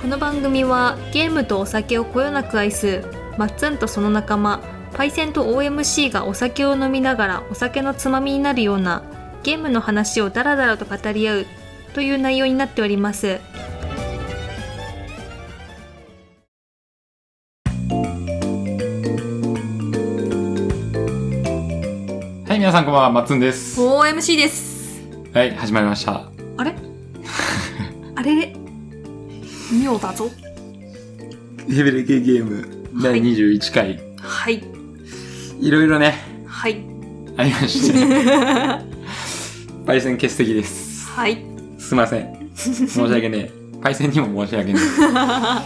の番組はゲームとお酒をこよなく愛すマッツンとその仲間パイセンと OMC がお酒を飲みながらお酒のつまみになるようなゲームの話をダラダラと語り合うという内容になっております。 はい、皆さんこんばんは、マッツンです。 OMC です。 はい、始まりました。 あれあれ妙だぞ。 ヘベレケゲーム第21回、 はい、 いろいろね、 はい、 ありましてパイセン欠席です。 はい、すいません、申し訳ねえ。パイセンにも申し訳ねえはい、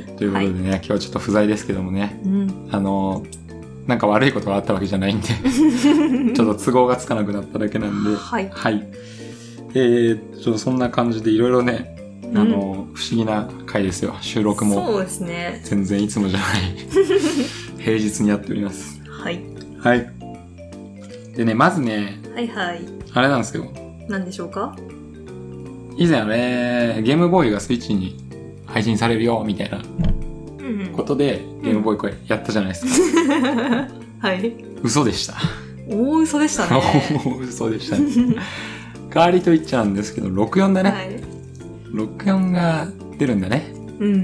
ということでね、今日はちょっと不在ですけどもね、なんか悪いことがあったわけじゃないんでちょっと都合がつかなくなっただけなんで、 はい、 はい、ちょっとそんな感じでいろいろね、不思議な回ですよ。収録もそうですね、 全然いつもじゃない平日にやっております。 はいはい。でね、まずね、 はいはい、 あれなんですよ。 何でしょうか。 以前ゲームボーイがスイッチに配信されるよみたいなことで、ゲームボーイこれやったじゃないですかはい、 嘘でした。 大嘘でしたね大嘘でしたね代わりと言っちゃうんですけど、64だね、はい、64が出るんだね。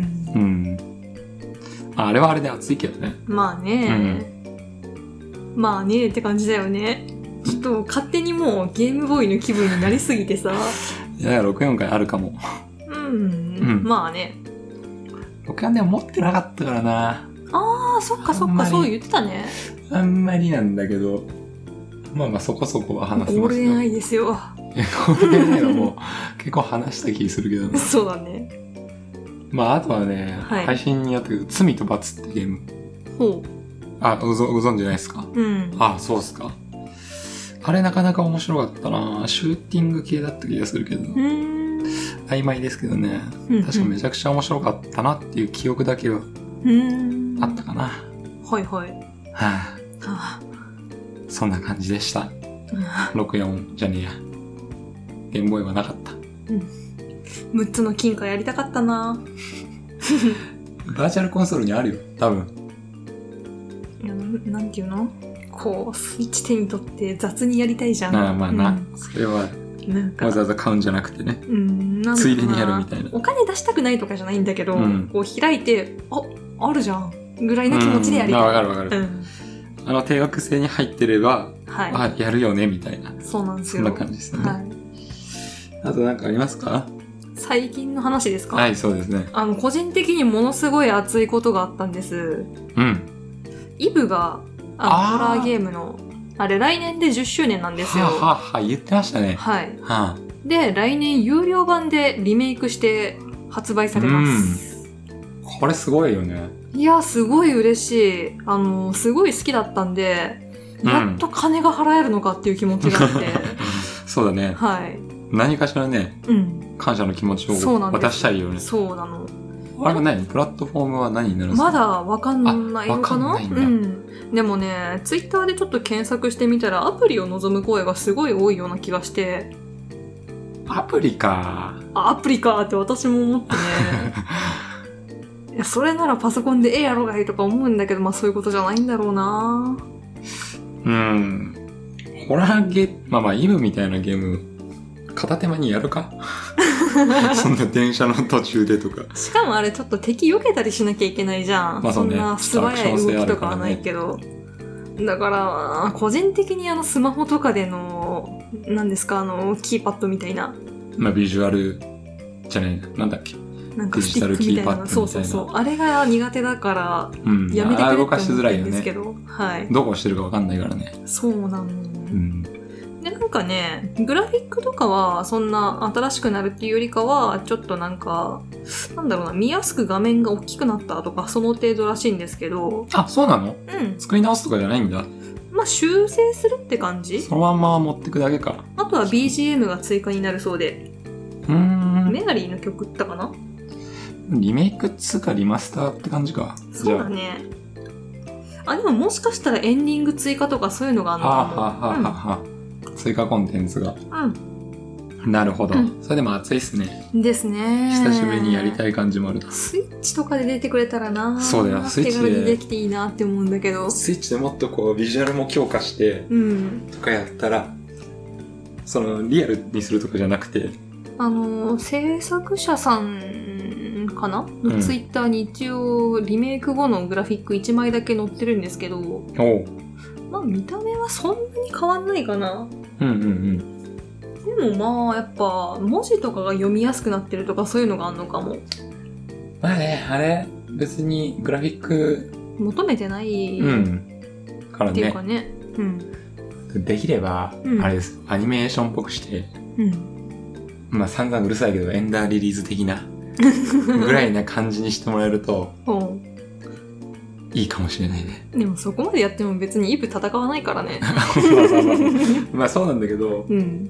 あれはあれで熱いけどね。 まあね、まあねって感じだよね。ちょっと勝手にもうゲームボーイの気分になりすぎてさいや、64回あるかも。 まあね。 64でも持ってなかったからな。 あー、そっかそっか、そう言ってたね。 あんまりなんだけど、まあまあそこそこは話せますよ。 ゴールデンアイですよ。 ゴールデンアイはもう結構話した気するけどね。 そうだね。 まああとはね、配信にやったけど、罪と罰ってゲーム。 ほう。 あ、ご存知ないですか？あ、そうっすか。あれなかなか面白かったな。シューティング系だった気がするけど。曖昧ですけどね。確かめちゃくちゃ面白かったなっていう記憶だけはあったかな。 はいはい。 はあ、そんな感じでした。64じゃねえや。ゲームボーイはなかった。 6つの金貨やりたかったな。 バーチャルコンソールにあるよ、多分。 いや、なんていうの？こう、スイッチ手に取って雑にやりたいじゃん。 まあな。それは、わざわざ買うんじゃなくてね。ついでにやるみたいな。 お金出したくないとかじゃないんだけど、こう開いて、あるじゃん。ぐらいの気持ちでやりたい。 わかるわかる。定額制に入ってれば、やるよね、みたいな。 そうなんですよ。 そんな感じですよね。あとなんかありますか？ 最近の話ですか？ はい、そうですね。 個人的にものすごい熱いことがあったんです。イブが、ホラーゲームの、あれ来年で10周年なんですよ。 言ってましたね。 はい。で、来年有料版でリメイクして発売されます。 これすごいよね。 いや、すごい嬉しい。すごい好きだったんで、やっと金が払えるのかっていう気持ちがあって。 そうだね。 はい。 何かしらね、感謝の気持ちを渡したいよね。 そうなの。 あれは何？プラットフォームは何になるんですか？ まだわかんないのかな？ わかんないんだ。 でもね、ツイッターでちょっと検索してみたらアプリを望む声がすごい多いような気がして。 アプリか。 アプリかって私も思ってね。いや、それならパソコンでやろがいいとか思うんだけど、まあそういうことじゃないんだろうな。 ホラーゲーム、まあイブみたいなゲーム、片手間にやるかそんな電車の途中でとか。しかもあれちょっと敵避けたりしなきゃいけないじゃん。 まあそうね、 そんな素早い動きとかはないけど。だから、個人的にスマホとかでの、何ですか、キーパッドみたいな。 まあビジュアルじゃないな。なんだっけ。 なんかスティックみたいな。そうそうそう。あれが苦手だから、やめてくれって思ってるんですけど。はい。 どこ押してるかわかんないからね。 そうなの。で、なんかね、グラフィックとかはそんな新しくなるっていうよりかは、ちょっとなんか、なんだろうな、見やすく画面が大きくなったとか、その程度らしいんですけど。 あ、そうなの？作り直すとかじゃないんだ。 まあ、修正するって感じ？ そのまんま持ってくだけか。 あとは BGM が追加になるそうで。メアリーの曲ったかな？ リメイクっつうかリマスターって感じか。 そうだね。でももしかしたらエンディング追加とかそういうのがあるのかも。 追加コンテンツが。 なるほど。それでも熱いっすね。 ですね。 久しぶりにやりたい感じもあるな。 スイッチとかで出てくれたらな。 そうだよ、スイッチで。手軽にできていいなって思うんだけど。 スイッチでもっとこう、ビジュアルも強化して、とかやったら、その、リアルにするとかじゃなくて。 制作者さんかなのツイッターに一応、リメイク後のグラフィック1枚だけ載ってるんですけど、まあ見た目はそんなに変わんないかな。でもまあやっぱ文字とかが読みやすくなってるとかそういうのがあるのかも。 まあね、あれ別にグラフィック求めてないからね。 っていうかね。 できれば、あれです。アニメーションっぽくして、まあ散々うるさいけどエンダーリリーズ的なぐらいな感じにしてもらえるといいかもしれないね。 でもそこまでやっても別にイブ戦わないからね。 まあそうなんだけど、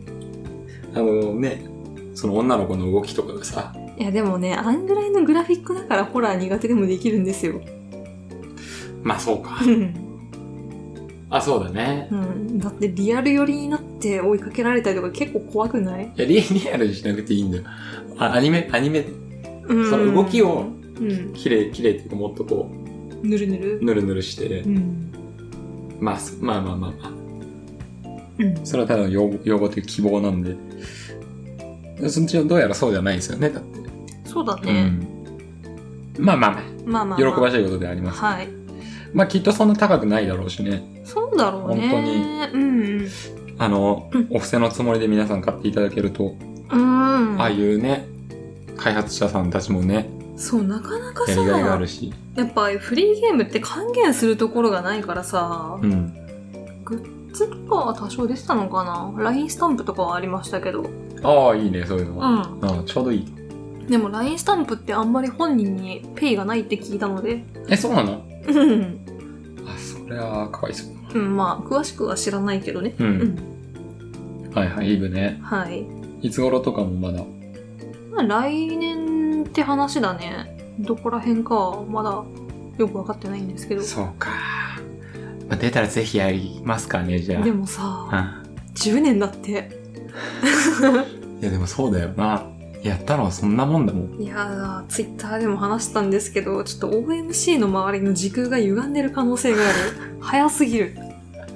ね、その女の子の動きとかがさ。 いやでもね、あんぐらいのグラフィックだからホラー苦手でもできるんですよ。 まあそうか。あ、そうだね。 だってリアル寄りになって追いかけられたりとか結構怖くない？ いや、リアルにしなくていいんだよ。アニメ、その動きを、綺麗っていうかもっとこう、ぬるぬるして、まあ。それはただの用語という希望なんで。そっちはどうやらそうじゃないんですよね、だって。 そうだね。 まあ、喜ばしいことであります。 はい。 まあきっとそんな高くないだろうしね。 そうだろうね。 本当に、お布施のつもりで皆さん買っていただけると、ああいうね、開発者さんたちもね、 そう、なかなかさ、 やりがいがあるし。 やっぱフリーゲームって還元するところがないからさ、グッズとかは多少出てたのかな？ LINE スタンプとかはありましたけど。ああ、いいね、そういうのは。ちょうどいい。 でも LINE スタンプってあんまり本人にペイがないって聞いたので。 そうなの？あ、それはかわいそうだな。 まあ、詳しくは知らないけどね。 はい、イブね。 はい。 いつ頃とかもまだ？ まあ、来年って話だね。どこら辺かまだよくわかってないんですけど。 そうか。まあ、出たらぜひやりますかね、じゃあ。 でもさ、10年だって。 いや、でもそうだよな。やったのはそんなもんだもん。 いやー、ツイッターでも話したんですけど、ちょっと OMC の周りの時空が歪んでる可能性がある。早すぎる。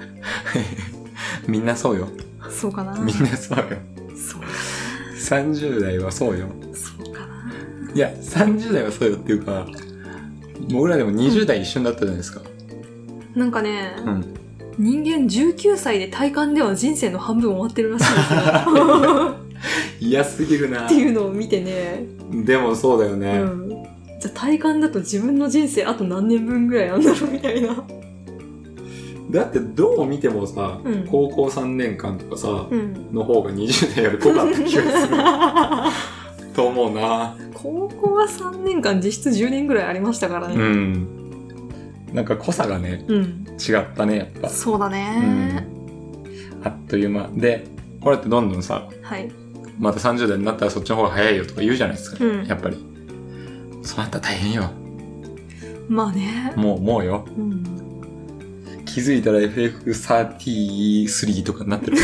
みんなそうよ。 そうかな。 みんなそうよ。 そうかな。30代はそうよ。 そうかな。 いや、30代はそうよっていうか、僕らでも20代一緒だったじゃないですか。 なんかね、人間19歳で体感では人生の半分終わってるらしいんですよ。 嫌すぎるなっていうのを見てね。 でもそうだよね。 じゃあ体感だと自分の人生あと何年分ぐらいあんだろうみたいな。 だってどう見てもさ、高校3年間とかさ、の方が20代より濃かった気がする。と思うな。 高校は3年間実質10年ぐらいありましたからね。 なんか濃さがね、違ったね、やっぱ。 そうだね、 あっという間。で、これってどんどんさ、また30代になったらそっちの方が早いよとか言うじゃないですか、やっぱり。そうなったら大変よ。 まあね。 もうよ。気づいたら FF33 とかになってる。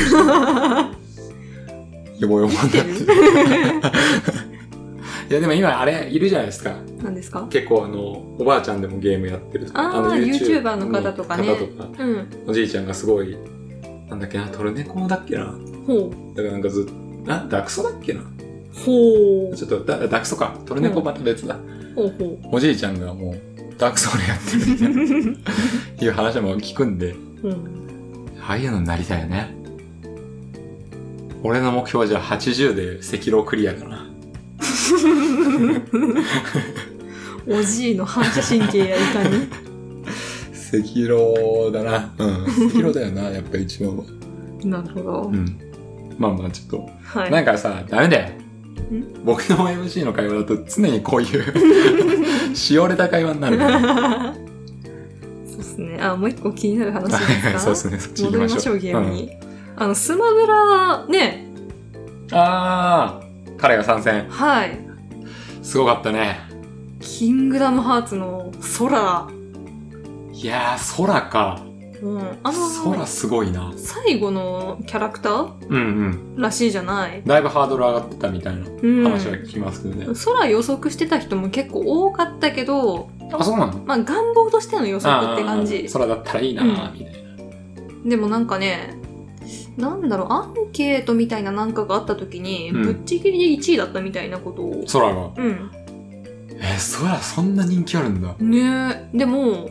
よぼよぼになってる。いやでも今あれいるじゃないですか。 何ですか？ 結構おばあちゃんでもゲームやってるとか。 YouTuber の方とかね。 おじいちゃんがすごい、なんだっけな、トルネコだっけな。だからなんかダクソだっけな。ちょっとダクソか。トルネコまた別だ。おじいちゃんがもうダークソウルやってるみたいないう話も聞くんで、ああいうのになりたいよね。俺の目標はじゃあ80で赤狼クリアかな。 おじいの反射神経やいかに。 赤狼だな。赤狼だよな、やっぱ一番は。 なるほど。 まあちょっと、なんかさ、ダメだよ。僕の MC の会話だと常にこういうしおれた会話になるから。 そうですね。もう一個気になる話ですか？ そうですね。そっち行きましょう。ゲームに。スマブラね。 彼が参戦。 はい。 すごかったね。 キングダムハーツの空。 いやー、空か。 空すごいな。 最後のキャラクター、 うんうん、 らしいじゃない。 だいぶハードル上がってたみたいな話は聞きますけどね。 空予測してた人も結構多かったけど、 あ、そうなの？ まあ願望としての予測って感じ。 空だったらいいなみたいな。 でもなんかね、なんだろう、アンケートみたいななんかがあった時に、ぶっちぎりで1位だったみたいなことを。 空が？空そんな人気あるんだ。 ねえ。でも、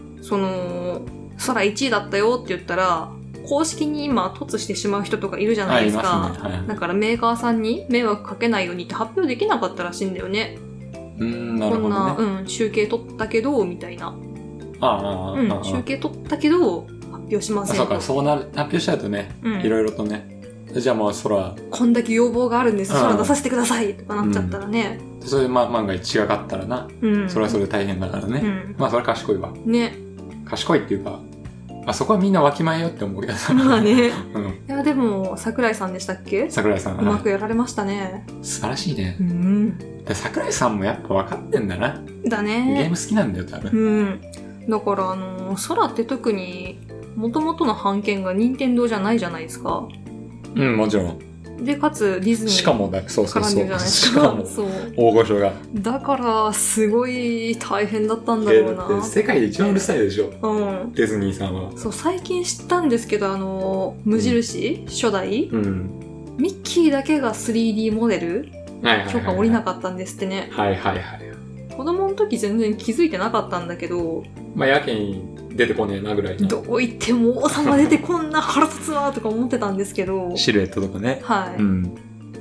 空1位だったよって言ったら、公式に今突してしまう人とかいるじゃないですか。だからメーカーさんに迷惑かけないようにって発表できなかったらしいんだよね。 なるほどね。 こんな、集計取ったけど、みたいな。集計取ったけど、発表しませんと。 そうか、そうなる、発表しちゃうとね、いろいろとね。じゃあもう空。 こんだけ要望があるんです、空出させてくださいとかなっちゃったらね。 それで万が一違かったらな。それはそれで大変だからね。まあそれは賢いわ。 ね。 賢いっていうか、そこはみんなわきまえよって思うけどさ。 まあね。いやでも、桜井さんでしたっけ？ 桜井さん。 うまくやられましたね。 素晴らしいね。で桜井さんもやっぱ分かってんだな。 だね。 ゲーム好きなんだよ、多分。 だから空って特に、元々の版権が任天堂じゃないじゃないですか。 もちろん。 で、かつディズニー。 しかもだ、そう。 絡んでるじゃないですか。しかも、大御所が。 だから、すごい大変だったんだろうな。 世界で一番うるさいでしょ。ディズニーさんは。 そう、最近知ったんですけど、無印、初代、ミッキーだけが 3D モデル、許可下りなかったんですってね。子供の時全然気づいてなかったんだけど、 まあ、やけに出てこねえなぐらい。 どう言っても王様出てこんな腹立つわとか思ってたんですけど。 シルエットとかね。 はい。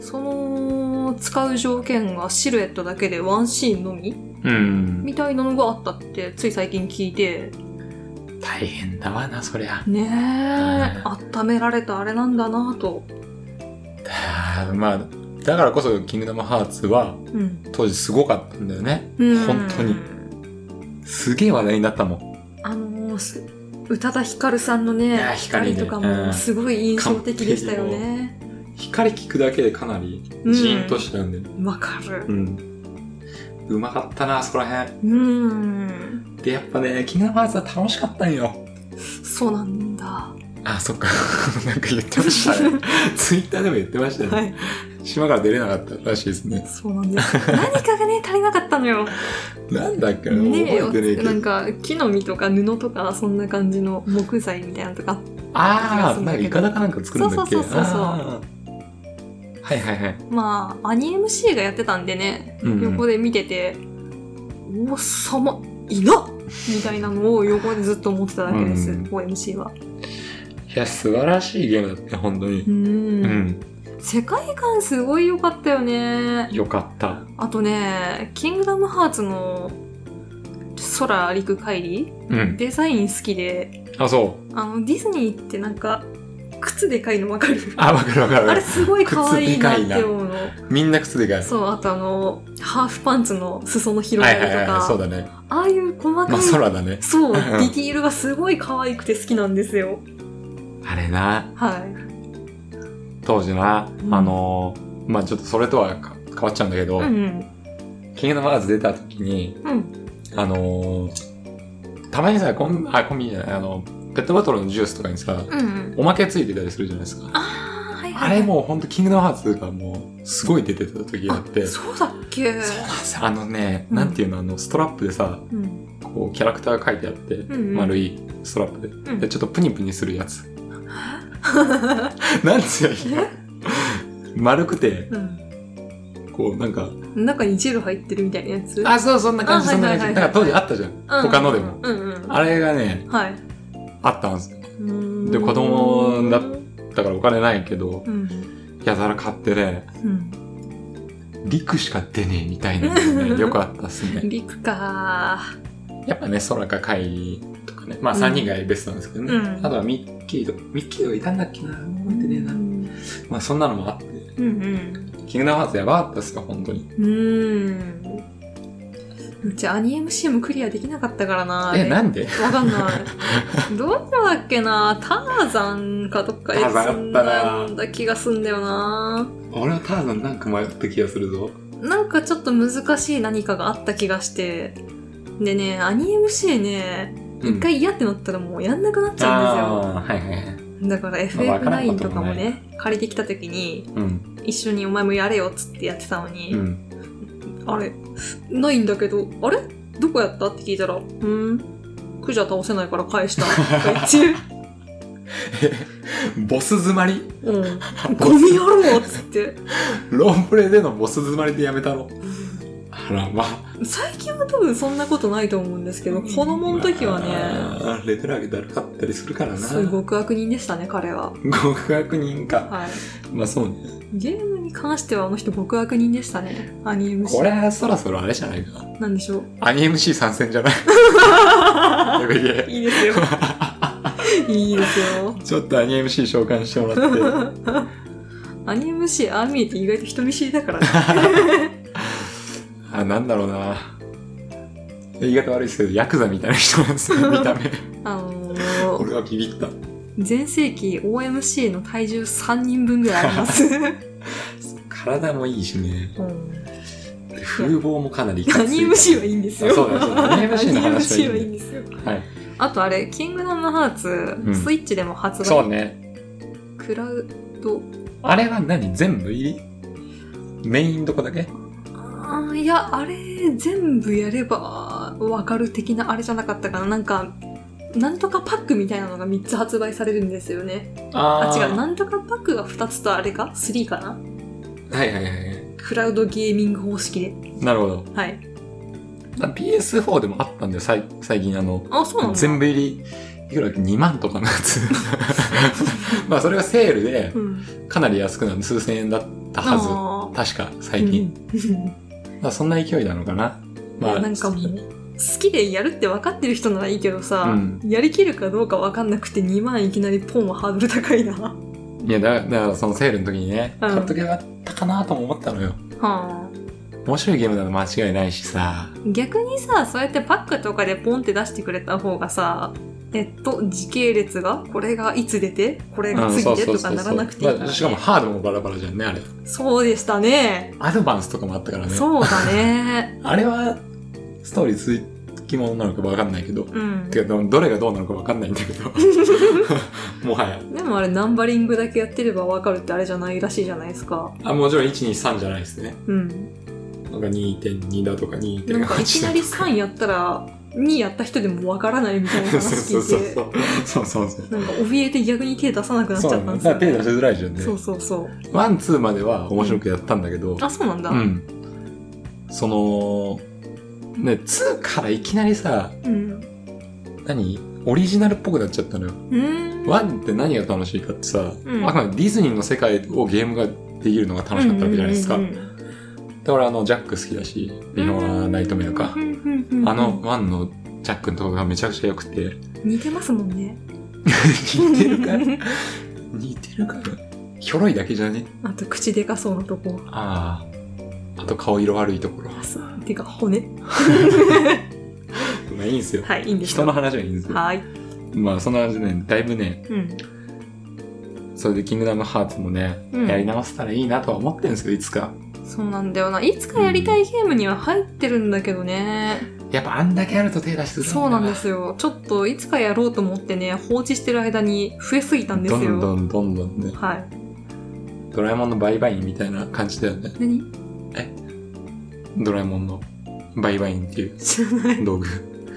その、使う条件がシルエットだけでワンシーンのみみたいなのがあったって、つい最近聞いて。 大変だわな、そりゃ。 ねえ、温められたあれなんだなと。 まあ、だからこそ、キングダムハーツは、当時すごかったんだよね。本当に。すげえ話題になったもん。 宇多田ヒカルさんのね、光とかもすごい印象的でしたよね。 光聞くだけでかなりジーンとしちゃうんで。 わかる。 うまかったな、そこら辺。で、やっぱね、キングダムハーツは楽しかったんよ。 そうなんだ。 あ、そっか。なんか言ってましたね。ツイッターでも言ってましたね。島から出れなかったらしいですね。 そうなんです。何かがね、足りなかったのよ。 なんだっけな、覚えてねえけど。 なんか、木の実とか布とか、そんな感じの木材みたいなのとか。 なんかイカダかなんか作るんだっけ？ そう。 はい。 まあ、アニ MC がやってたんでね、横で見てて、王様、いなみたいなのを横でずっと思ってただけです、OMC は。 いや、素晴らしいゲームだったよ、本当に。 世界観すごい良かったよね。 良かった。 あとね、キングダムハーツの空陸海里、デザイン好きで。 あ、そう。 ディズニーってなんか、靴でかいの分かる？ あ、分かる。 あれすごい可愛いなって思うの。 みんな靴でかい。 そう、あとハーフパンツの裾の広がりとか。 そうだね。 ああいう細かい。 まあ、空だね。 そう、ディティールがすごい可愛くて好きなんですよ。 あれな。 はい。 当時な、まあちょっとそれとは変わっちゃうんだけど、キングダムハーツ出た時に、たまにさ、コンビニじゃない、ペットボトルのジュースとかにさ、おまけついてたりするじゃないですか。あれもうほんとキングダムハーツがもうすごい出てた時があって。 そうだっけ？ そうなんですよ。なんていうの、ストラップでさ、こうキャラクターが書いてあって、丸いストラップで、ちょっとプニプニするやつ。なんつうの丸くて、こうなんか中にジェル入ってるみたいなやつ。 そう、そんな感じ。なんか当時あったじゃん、他のでも。あれがね、あったんですよ。で、子供だったからお金ないけど、やたら買ってね、陸しか出ねえみたいなのね、よくあったっすね。 陸かー。やっぱね、空か海とかね、まあ3人がベストなんですけどね。あとはミッキーがいたんだっけな、覚えてねえな。まあそんなのもあって、キングダムハーツやばかったっすよ、本当に。 うちアニ MC もクリアできなかったからな。 なんで？ わかんない。どこだっけな、ターザンかどっかで積んだんだ気がすんだよな。 俺はターザンなんか迷った気がするぞ。 なんかちょっと難しい何かがあった気がして。でね、アニ MC ね、 一回嫌ってなったらもうやんなくなっちゃうんですよ。 はいはいはい。 だから FF9 とかもね、借りてきた時に、一緒にお前もやれよっつってやってたのに、あれ、ないんだけど、あれどこやったって聞いたら、クジャ倒せないから返したとか言って。 ボス詰まり？ ゴミ野郎っつって。 ロープレイでのボス詰まりでやめたの？あらまあ。 最近は多分そんなことないと思うんですけど、子供の時はね、 レベル上げたらかったりするからな。 そういう極悪人でしたね、彼は。 極悪人か。 はい。 まあそうね。 ゲームに関してはあの人極悪人でしたね。アニ MC。 これはそろそろあれじゃないか。 なんでしょう。 アニ MC 参戦じゃないいいですよ。いいですよ。 ちょっとアニ MC 召喚してもらって。 アニ MC、ああ見えて意外と人見知りだからね。 なんだろうな。言い方悪いですけど、ヤクザみたいな人なんですよ、見た目。俺はビビった。 全盛期 OMC の体重3人分ぐらいあります。 体もいいしね。風貌もかなりアニ MC はいいんですよ。 そうだそうだ。アニ MC の話はいいんですよ。 はい。 あとあれ、キングダムハーツ、スイッチでも発売。 そうね。 クラウド。 あれは何？全部入り？メインどこだけ？ いや、あれ、全部やればわかる的なあれじゃなかったかな。なんか、なんとかパックみたいなのが3つ発売されるんですよね。違う。なんとかパックが2つとあれか ?3 かな？ はいはいはい。 クラウドゲーミング方式で。 なるほど。 はい。 PS4 でもあったんだよ、最近そうなんだ。 全部入り、いくらだっけ2万とかのやつ。まあそれがセールで、かなり安くなる、数千円だったはず。確か、最近。まあそんな勢いなのかな。まあなんかもう、好きでやるって分かってる人ならいいけどさ、やりきるかどうか分かんなくて2万いきなりポンはハードル高いな。 いや、だからそのセールの時にね、買っとけばよかったかなとも思ったのよ。面白いゲームなの間違いないしさ。 逆にさ、そうやってパックとかでポンって出してくれた方がさ、時系列が、これがいつ出て、これが次でとかならなくていいからね。 しかもハードもバラバラじゃんね、あれ。 そうでしたね。 アドバンスとかもあったからね。 そうだね。 あれは、ストーリー続きものなのかわかんないけど。てか、どれがどうなのかわかんないんだけど。もはや。 でもあれナンバリングだけやってればわかるってあれじゃないらしいじゃないですか。 もちろん1、2、3じゃないですね。なんか 2.2 だとか 2.8 なんかいきなり3やったら、2やった人でもわからないみたいな話聞いて。 そう。 なんか怯えて逆に手出さなくなっちゃったんですよ、ね。 手出しづらいじゃんね。 そう。 1、2までは面白くやったんだけど。 そうなんだ。 ね、2からいきなりさ、オリジナルっぽくなっちゃったのよ。1って何が楽しいかってさ、ディズニーの世界をゲームができるのが楽しかったわけじゃないですか。だからジャック好きだし、リノアナイトメアか。1のジャックのところがめちゃくちゃ良くて。 似てますもんね。 似てるかひょろいだけじゃね。 あと口でかそうなとこ。 あと顔色悪いところ。 てか骨。 まあいいんですよ。 はい、いいんですよ。 人の話はいいんですよ。 はい。 まあそんな感じでね、だいぶね、それでキングダムハーツもね、やり直せたらいいなとは思ってるんですけど、いつか。 そうなんだよな。いつかやりたいゲームには入ってるんだけどね。 やっぱあんだけやると手出してるんだ。 そうなんですよ。ちょっといつかやろうと思ってね、放置してる間に増えすぎたんですよ。 どんどんね。 はい。 ドラえもんの売買員みたいな感じだよね。 何？ ドラえもんの売買員っていう道具。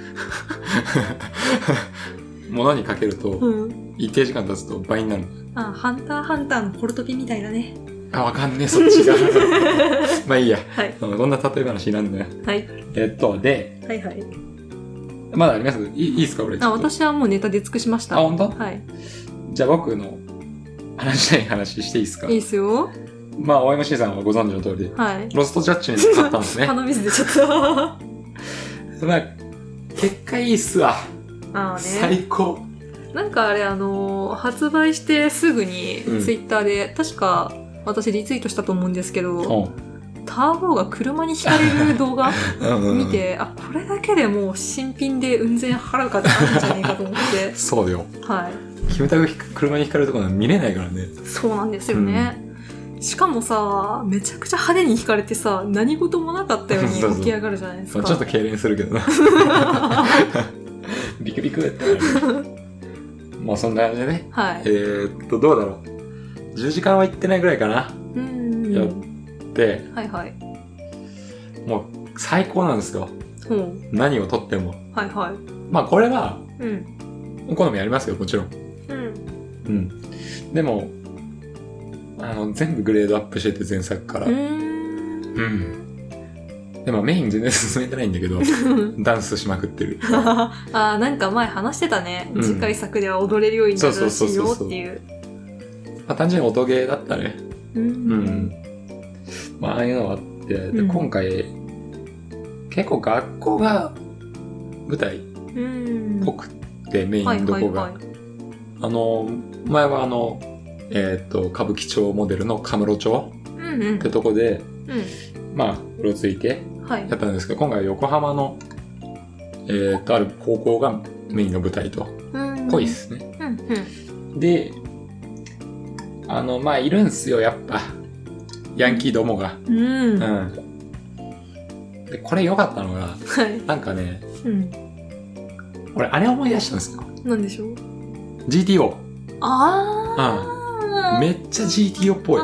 物にかけると、一定時間経つと倍になる。 ハンターハンターのホルトピみたいなね。 わかんねえ、そっちが。まあいいや。 はい。 こんな例え話なんだよ。 はい。 で、 はい。 まだあります？いいですか俺。 私はもうネタで尽くしました。 本当？ はい。 じゃあ僕の話したい話していいですか？ いいですよ。 まあ、OMC さんはご存知の通り、ロストジャッジメント買ったんですね。 鼻水出ちゃった。 まあ、結果いいっすわ。 ね。 最高。 なんかあれ、発売してすぐにツイッターで、確か私リツイートしたと思うんですけど、ターボが車にひかれる動画見て、これだけでもう新品で運転払うかってあるんじゃねえかと思って。 そうよ。 はい。 キムタク車にひかれるところは見れないからね。 そうなんですよね。しかもさ、めちゃくちゃ派手に引かれてさ、何事もなかったように起き上がるじゃないですか。 ちょっと痙攣するけどな。 ビクビクってなる。まあそんな感じでね。 はい。 どうだろう。10時間は行ってないぐらいかな。やって、 はいはい。 もう最高なんですよ。何をとっても。 はいはい。 まあこれは、好みありますよ、もちろん。でも、全部グレードアップしてて前作から。でもメイン全然進めてないんだけど、ダンスしまくってる。 なんか前話してたね。次回作では踊れるようになるらしいよっていう。 まあ単純に音ゲーだったね。まあああいうのがあって、で今回、結構学校が舞台っぽくってメインどこが。前は歌舞伎町モデルのカムロ町ってとこで、まあ、うろついてやったんですけど、今回は横浜の、ある高校がメインの舞台と、ぽいっすね。で、まあ、いるんすよ、やっぱ。ヤンキーどもが。で、これ良かったのが、なんかね、俺、あれ思い出したんですよ。 なんでしょう ?GTO。めっちゃ GTO っぽい。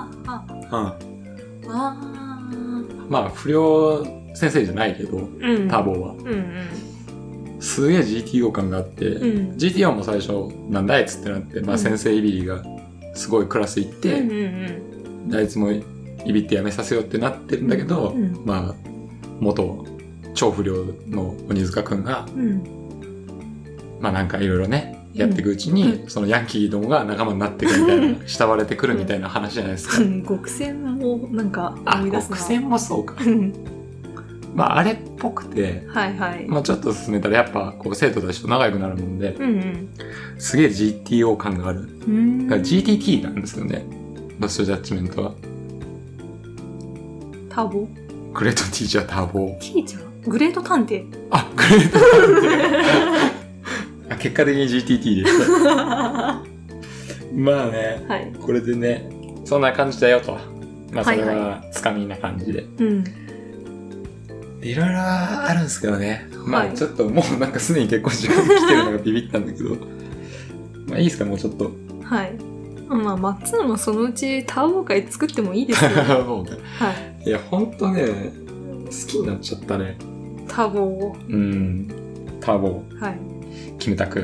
まあ、不良先生じゃないけど、ターボーは。すげえ GTO 感があって、GTO も最初、なんだいっつってなって、まあ先生いびりがすごいクラス行って、あいつもいびってやめさせようってなってるんだけど、まあ、元超不良の鬼塚くんが、まあなんかいろいろね、やっていくうちに、そのヤンキーどもが仲間になっていくみたいな、慕われてくるみたいな話じゃないですか。 極戦もなんか思い出すな。 極戦もそうか。まああれっぽくて、まあちょっと進めたらやっぱこう生徒たちと仲良くなるもんで、すげえ GTO 感がある。だから GTT なんですよね。ロストジャッジメントは。 ターボ？ グレートティーチャーターボ。 ティーチャー？グレート探偵？ グレート探偵。結果的に GTT でした。まあね、これでね、そんな感じだよと。まあそれはつかみな感じで。いろいろあるんですけどね。まあちょっともうなんかすでに結婚時間来てるのがビビったんだけど。まあいいですか、もうちょっと。 まあマッツンもそのうちターボ会作ってもいいですよ。 もうね。いや、ほんとね、好きになっちゃったね。 ターボを。 ターボ。キムタク。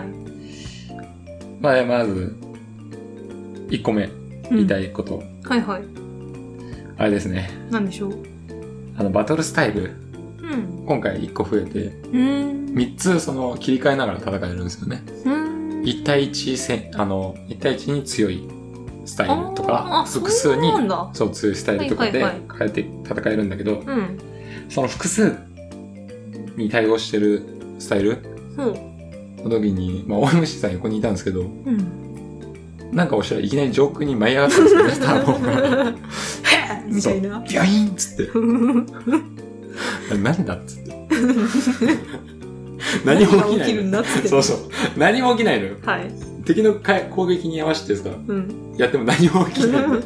まあ、まず、1個目、言いたいこと。あれですね。 何でしょう？ バトルスタイル。今回1個増えて、3つその切り替えながら戦えるんですよね。1対1に強いスタイルとか、複数にそう強いスタイルとかで変えて戦えるんだけど、その複数に対応してるスタイルの時に、まあ、OMC さん横にいたんですけど、なんかおっしゃらいきなり上空に舞い上がったんですよね、ターボが。 みたいな。 ビャインっつって。何だっつって。何も起きない。そうそう。何も起きないのよ。敵の攻撃に合わせてさ、やっても何も起きないの。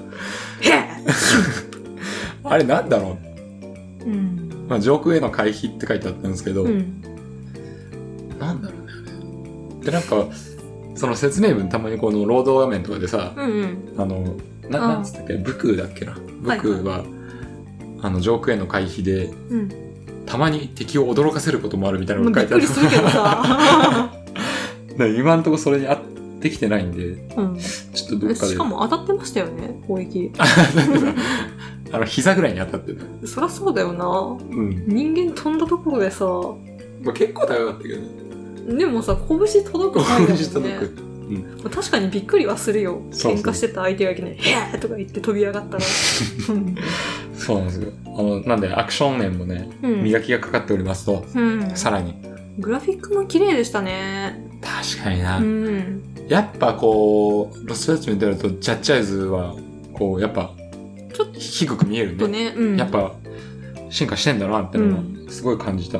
あれなんだろう。まあ、上空への回避って書いてあったんですけど、なんだろうね、あれ。で、なんか、その説明文たまにこのロード画面とかでさ、なんつったっけ、武空だっけな。武空は、上空への回避で、たまに敵を驚かせることもあるみたいなのが書いてある。びっくりするけどさ。今んとこそれに合ってきてないんで、ちょっとどっかで。 しかも当たってましたよね、攻撃。 膝ぐらいに当たってる。 そりゃそうだよな。人間飛んだところでさ。 まあ、結構高かったけどね。 でもさ、拳届く範囲だもんね。 拳届く。 確かにびっくりはするよ。喧嘩してた相手がいきなり、へーとか言って飛び上がったら。 そうなんですよ。なんでアクション面もね、磨きがかかっておりますと、さらに。 グラフィックも綺麗でしたね。 確かにな。やっぱこう、ロストジャッジメントやると、ジャッジアイズは、こう、やっぱ、ちょっと低く見えるね。やっぱ、進化してんだなってのは、すごい感じた。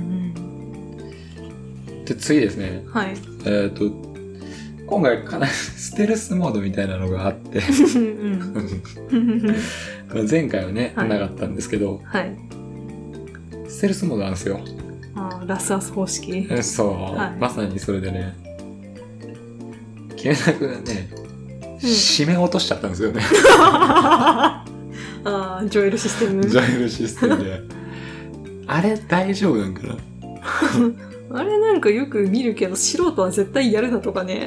で、次ですね。今回かなりステルスモードみたいなのがあって前回はね、なかったんですけど、ステルスモードなんですよ。 ラスアス方式。 そう、はい、まさにそれでね、キムタクがね、締め落としちゃったんですよね。 ジョエルシステム。 ジョエルシステムで。あれ大丈夫なんかな。 あれなんかよく見るけど、素人は絶対やるなとかね。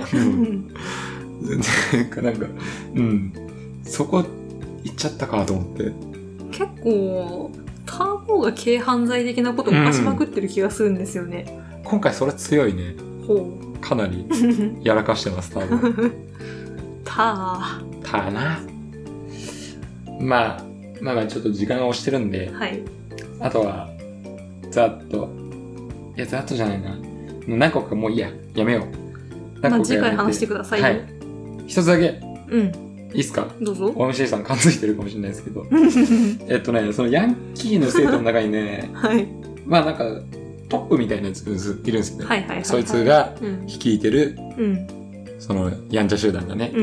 なんか、そこ行っちゃったかと思って。 結構、ターボが軽犯罪的なことを犯しまくってる気がするんですよね。 今回それ強いね。 ほう。 かなりやらかしてます、ターボ。 ターな。まあちょっと時間が押してるんで、 はい、 あとはざっとじゃないな、何個かもういいや、やめよう。次回話してくださいよ。はい、 一つだけいいっすか。 どうぞ。 OMC さん感づいてるかもしれないですけどそのヤンキーの生徒の中にね、 はい、 まあなんかトップみたいなやついるんですね。そいつが率いてる、そのやんちゃ集団がね、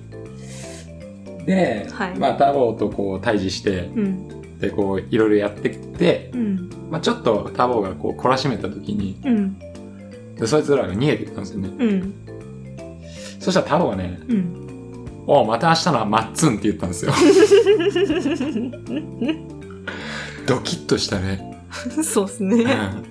で、まあターボとこう対峙して、でこういろいろやってきて、まあちょっとターボがこう懲らしめた時に、でそいつらが逃げていったんですよね。そしたらターボがね、おうまた明日のはマッツンって言ったんですよ。ドキッとしたね。 そうっすね。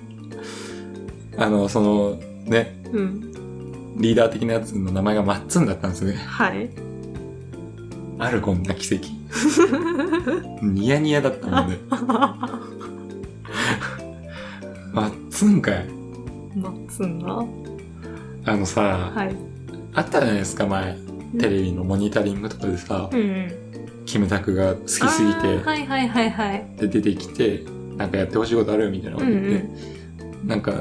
そのね、リーダー的なやつの名前がマッツンだったんですね。 はい。 あるこんな奇跡。ニヤニヤだったもんね。マッツンかい。 マッツンな。 さ、あったじゃないですか、前。テレビのモニタリングとかでさ、キムタクが好きすぎて、で出てきて、なんかやってほしいことあるみたいなこと言って、なんか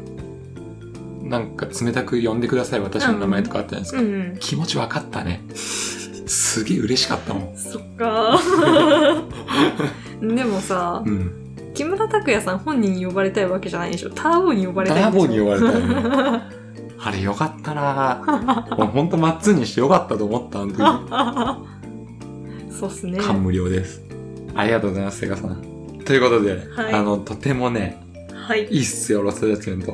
冷たく呼んでください、私の名前とかあったじゃないですか。気持ち分かったね。すげえ嬉しかったもん。 そっかでもさ、木村拓哉さん本人に呼ばれたいわけじゃないでしょ。ターボに呼ばれたいんでしょ。 ターボに呼ばれたいね。あれよかったなぁ。ほんとマッツンにしてよかったと思った、あの時。そうっすね。 感無量です。ありがとうございます、セガさん。ということで、とてもね、いいっすよ、ロストジャッジメント。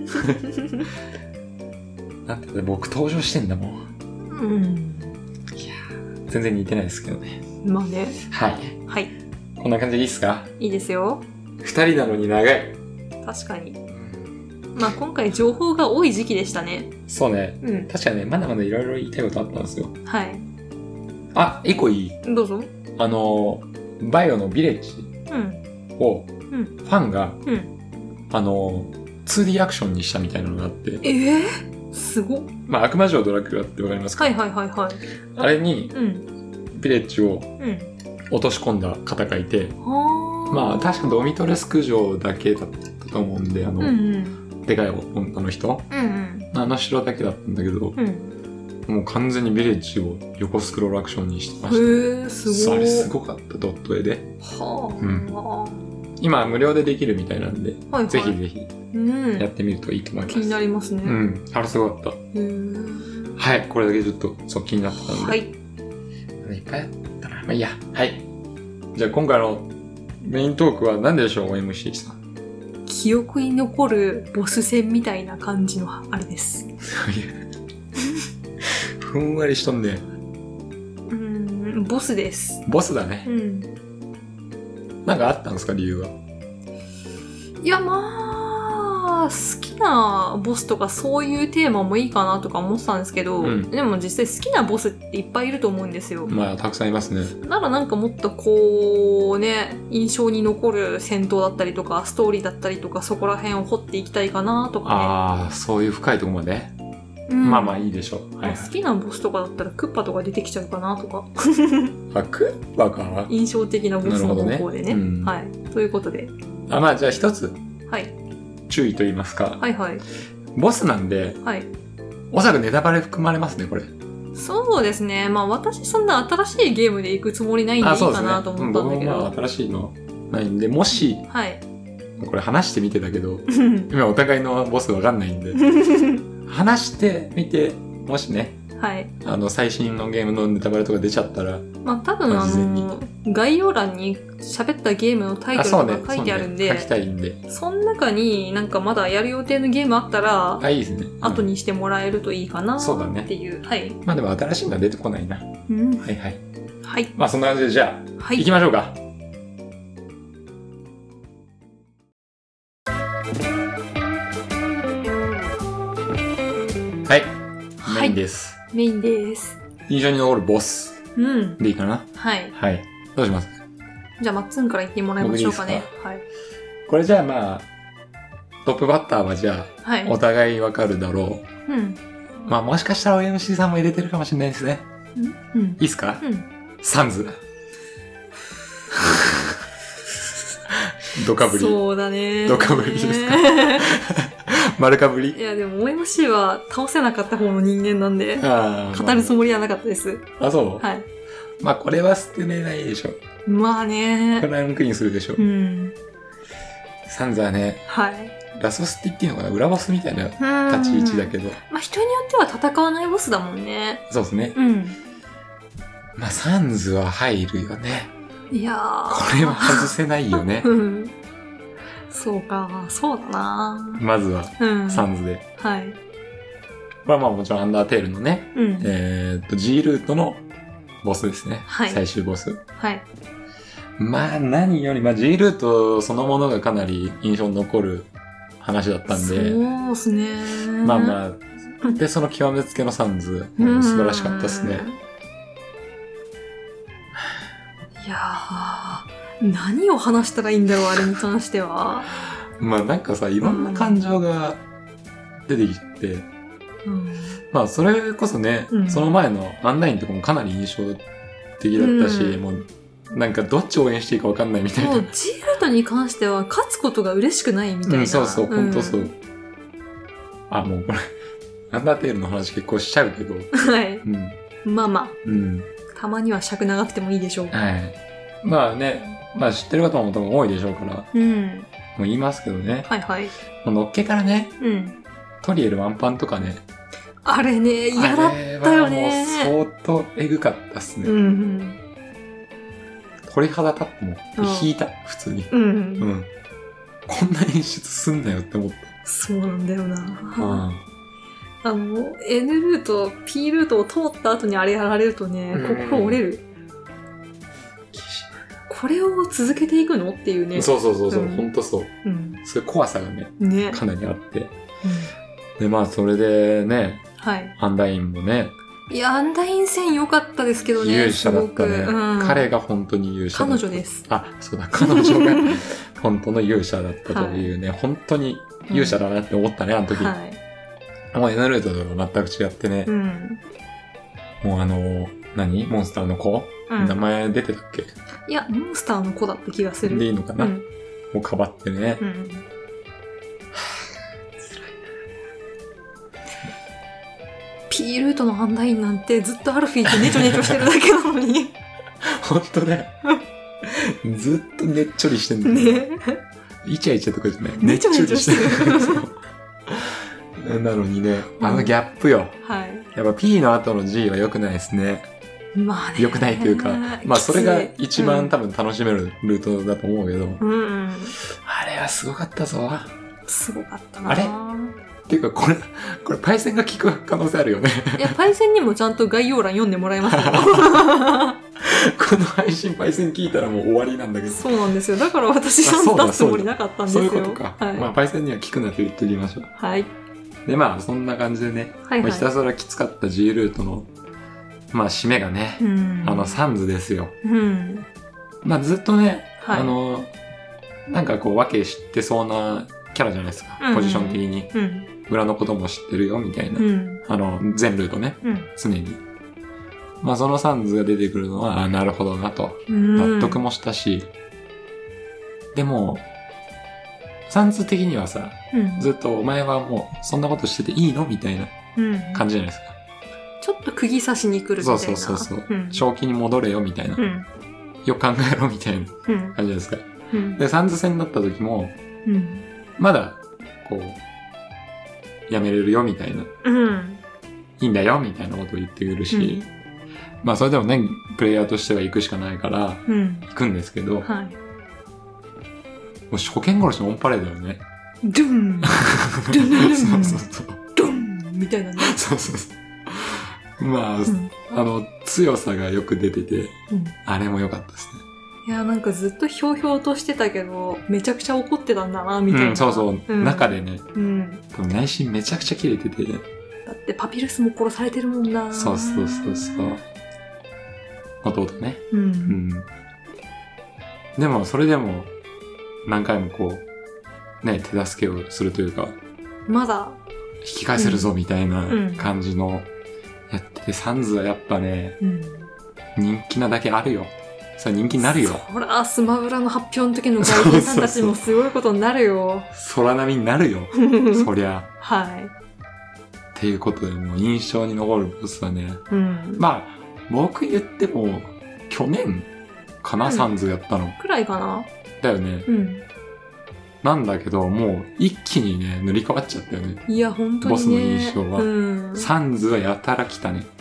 だって僕登場してんだもん。いや全然似てないですけどね。 まあね。 はい。こんな感じでいいっすか？ いいですよ。 二人なのに長い。 確かに。まあ今回情報が多い時期でしたね。 そうね。確かにね、まだまだいろいろ言いたいことあったんですよ。 はい。 あ、一個いい？ どうぞ。 バイオのビレッジを、ファンが、2D アクションにしたみたいなのがあって。 すごっ。 まあ悪魔城ドラキュラってわかりますか？あれに、ビレッジを落とし込んだ方がいて、まあ確かドミトレスク城だけだったと思うんで、でかい女の人、あの城だけだったんだけど、もう完全にビレッジを横スクロールアクションにしてました。 すごい。 あれすごかった、ドット絵で。今無料でできるみたいなんで、ぜひぜひやってみるといいと思います。 気になりますね。 あれすごかった。はい、これだけちょっと気になってたんで。いっぱいあったな。まあいいや。はい。じゃあ今回のメイントークは何でしょう、MC さん。 記憶に残るボス戦みたいな感じのあれです。 ふんわりしとんね。 ボスです。 ボスだね。なんかあったんですか、理由は。 いや、まあ、好きなボスとかそういうテーマもいいかなとか思ってたんですけど、でも実際好きなボスっていっぱいいると思うんですよ。 まあ、たくさんいますね。 ならなんかもっとこうね、印象に残る戦闘だったりとか、ストーリーだったりとか、そこら辺を掘っていきたいかなとかね。 ああ、そういう深いところまで。まあまあいいでしょう。 好きなボスとかだったらクッパとか出てきちゃうかなとか。 クッパかな。 印象的なボスの方向でね。はい。ということで。 まあじゃあ一つ。注意と言いますか。ボスなんで。おそらくネタバレ含まれますね、これ。 そうですね。まあ私そんな新しいゲームで行くつもりないんでいいかなと思ったんだけど。 僕もまあ新しいのないんで、もし、これ話してみてだけど、今お互いのボスわかんないんで。話してみて、もしね、 はい。 最新のゲームのネタバレとか出ちゃったら。 まあ多分概要欄に喋ったゲームのタイトルとか書いてあるんで、 書きたいんで。 その中になんかまだやる予定のゲームあったら、 いいですね。 後にしてもらえるといいかなっていう。はい。 まあでも新しいのは出てこないな。 うん。 はいはい。 はい。 まあそんな感じでじゃあ、 はい、 行きましょうか。はい。メインです。 メインです。 印象に残るボス。でいいかな。 はい。 はい。どうします？ じゃあ、マッツンから言ってもらいましょうかね。はい。 これじゃあまあ、トップバッターはじゃあ、お互いわかるだろう。まあもしかしたら OMC さんも入れてるかもしれないですね。いいっすか？サンズ。ドカぶり。 そうだね。 ドカぶりですか？丸かぶり？ いやでも OMC は倒せなかった方の人間なんで、語るつもりはなかったです。 あ、そう？ はい。 まあこれは捨てれないでしょ。 まあね。 これランクインするでしょ。サンズはね、 はい。 ラスボスって言っていいのかな、裏ボスみたいな立ち位置だけど。 まあ人によっては戦わないボスだもんね。 そうですね。まあサンズは入るよね。 いやー。 これは外せないよね。 そうか、そうだな。 まずは、サンズで。 はい。 まあもちろんアンダーテールのね、G ルートのボスですね。 はい。 最終ボス。 はい。 まあ何より、G ルートそのものがかなり印象に残る話だったんで。 そうっすね。 まあ。で、その極めつけのサンズ、素晴らしかったですね。 いやー、何を話したらいいんだろう、あれに関しては。 まあなんかさ、いろんな感情が出てきて、まあそれこそね、その前のアンダインとかもかなり印象的だったし、もうなんかどっち応援していいか分かんないみたいな。 もう G ルートに関しては勝つことが嬉しくないみたいな。 そうそう、ほんとそう。もうこれ、アンダーテールの話結構しちゃうけど。 はい。まあまあ。たまには尺長くてもいいでしょう。 はい。まあね、知ってる方も多分多いでしょうから。もう言いますけどね。 はいはい。 のっけからね、トリエルワンパンとかね。 あれね、嫌だったよね。 もう相当エグかったっすね。鳥肌立っても引いた、普通に。こんな演出すんなよって思った。 そうなんだよな。N ルート、P ルートを通った後にあれやられるとね、心折れる。これを続けていくのっていうね。 そう、ほんとそう。そういう怖さがね、かなりあって。で、まあ、それでね、アンダインもね。 いや、アンダイン戦良かったですけどね。 勇者だったね。彼が本当に勇者だった。 彼女です。 そうだ、彼女が本当の勇者だったというね、本当に勇者だなって思ったね、あの時。もうNルートとは全く違ってね。もうモンスターの子、名前出てたっけ？ いや、モンスターの子だった気がする。 でいいのかな？もうかばってね。 P ルートのアンダインなんてずっとアルフィーってネチョネチョしてるだけなのに。 ほんとね。ずっとねっちょりしてんだね。イチャイチャとかじゃない。ねっちょりしてる。なのにね、ギャップよ。やっぱ P の後の G は良くないですね。 まあね。 良くないというか、それが一番多分楽しめるルートだと思うけど。あれはすごかったぞ。 すごかったな。 あれっていうか、これパイセンが効く可能性あるよね。 いや、パイセンにもちゃんと概要欄読んでもらいますよ。この配信パイセン聞いたらもう終わりなんだけど。 そうなんですよ。だから私ちゃんと出すつもりなかったんですよ。 そういうことか。パイセンには聞くなと言っておきましょう。 はい。 で、そんな感じでね、ひたすらきつかった G ルートの、締めがね、サンズですよ。ずっとね、なんかこう、わけ知ってそうなキャラじゃないですか。ポジション的に。裏のことも知ってるよ、みたいな。全ルートね、常に。そのサンズが出てくるのは、なるほどなと。納得もしたし。でも、サンズ的にはさ、ずっとお前はもうそんなことしてていいのみたいな感じじゃないですか。 ちょっと釘刺しに来るみたいな。 そう。正気に戻れよみたいな。よく考えろみたいな感じじゃないですか。で、サンズ戦になった時も、まだ、こう、やめれるよみたいないいんだよみたいなことを言ってくるし、まあそれでもね、プレイヤーとしては行くしかないから、行くんですけど、もう初見殺しのオンパレードよね。 ドゥンドゥンドゥンそうそうそう。 ドンみたいなね。 そうそうそう。まあ、強さがよく出てて、あれも良かったですね。 いや、なんかずっとひょうひょうとしてたけど、めちゃくちゃ怒ってたんだな、みたいな。 そうそう。中でね、内心めちゃくちゃ切れてて。 だってパピルスも殺されてるもんな。 そうそうそうそう。弟ね。でも、それでも、何回もこう、ね、手助けをするというか、 まだ、 引き返せるぞみたいな感じの、やってて、サンズはやっぱね、人気なだけあるよ。それ人気になるよ。 そら、スマブラの発表の時の外人さんたちもすごいことになるよ。 空波になるよ。そりゃ。 はい。 っていうことで、もう印象に残るボスはね、まあ、僕言っても、去年かな、サンズやったの。 くらいかなだよね。なんだけど、もう一気にね、塗り替わっちゃったよね。 いや、本当にね。 ボスの印象は。サンズはやたら来たね。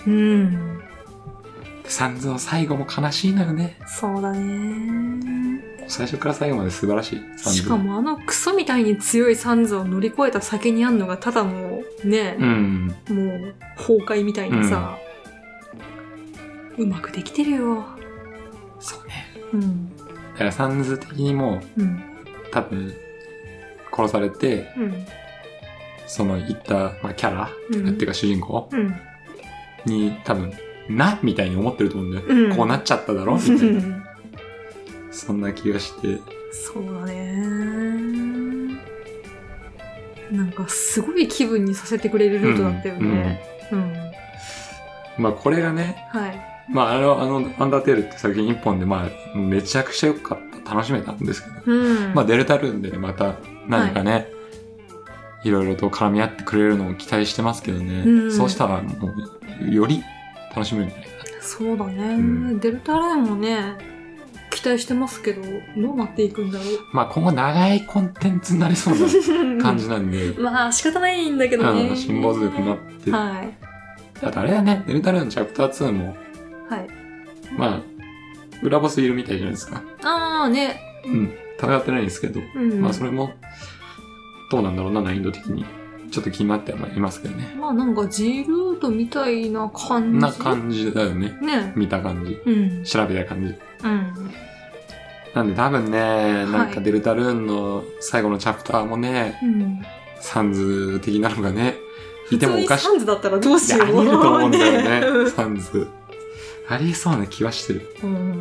サンズの最後も悲しいのよね。 そうだね。 最初から最後まで素晴らしい。 サンズしかもクソみたいに強いサンズを乗り越えた先にあんのがただのね、もう崩壊みたいにさ、うまくできてるよ。 そうね。だからサンズ的にも、多分殺されて、その言った、まあ、キャラ、っていうか主人公、に多分みたいに思ってると思うんだよ。こうなっちゃっただろみたいな。そんな気がして。 そうだね。なんかすごい気分にさせてくれるルートだったよね。 まあこれがね、まあアンダーテールって作品一本でまあめちゃくちゃ良かった。楽しめたんですけど。まあデルタルーンでね、また何かね、いろいろと絡み合ってくれるのを期待してますけどね。そうしたらもうより楽しめるんじゃないかな。 そうだね。デルタルーンもね、期待してますけど、どうなっていくんだろう。 まあ今後長いコンテンツになりそうな感じなんで。 まあ仕方ないんだけどね。 辛抱強くなって。あとあれだね、デルタルーンチャプター2も。まあ、裏ボスいるみたいじゃないですか。 ああね。 戦ってないんですけど。まあそれも、どうなんだろうな、難易度的に。ちょっと気になってはいますけどね。 まあなんか G ルートみたいな感じ。 な感じだよね。見た感じ。調べた感じ。なんで多分ね、なんかデルタルーンの最後のチャプターもね、サンズ的なのがね、いてもおかしい。 サンズだったらどうしよう。 ありえると思うんだよね、サンズ。ありえそうな気はしてる。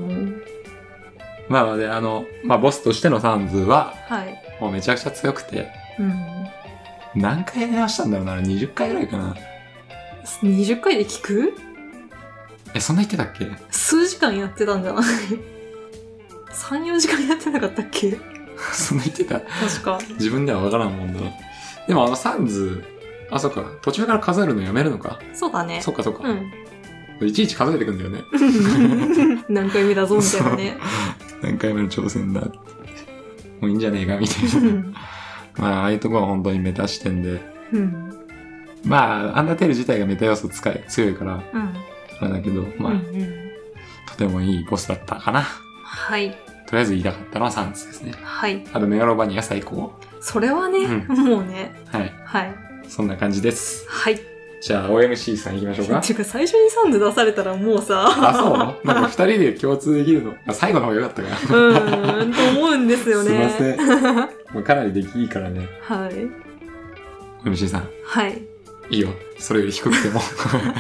まあね、まあボスとしてのサンズは、もうめちゃくちゃ強くて、何回やりましたんだろうな、20回ぐらいかな。 20回で聞く？ そんな言ってたっけ？ 数時間やってたんじゃない？ 3、4時間やってなかったっけ？ そんな言ってた？ 確か。 自分ではわからんもんだな。でもサンズ、そっか、途中から数えるのやめるのか。 そうだね。 そっかそっか。いちいち数えてくんだよね。 何回目だぞみたいなね。 何回目の挑戦だ。もういいんじゃねえかみたいな。まあ、ああいうところは本当にメタ視点で。まあ、アンダーテール自体がメタ要素強いから、あれだけど、まあ、とてもいいボスだったかな。 はい。 とりあえず言いたかったのはサンズですね。 はい。 あとメガロバニア最高。 それはね、もうね。 はい。そんな感じです。 はい。 じゃあ、OMC さん行きましょうか。 ていうか、最初にサンズ出されたらもうさ。 そうなんか二人で共通できるの。最後の方が良かったかな。と思うんですよね。 すいません。もうかなり出来いいからね。 はい。 OMC さん。 はい。 いいよ。それより低くても。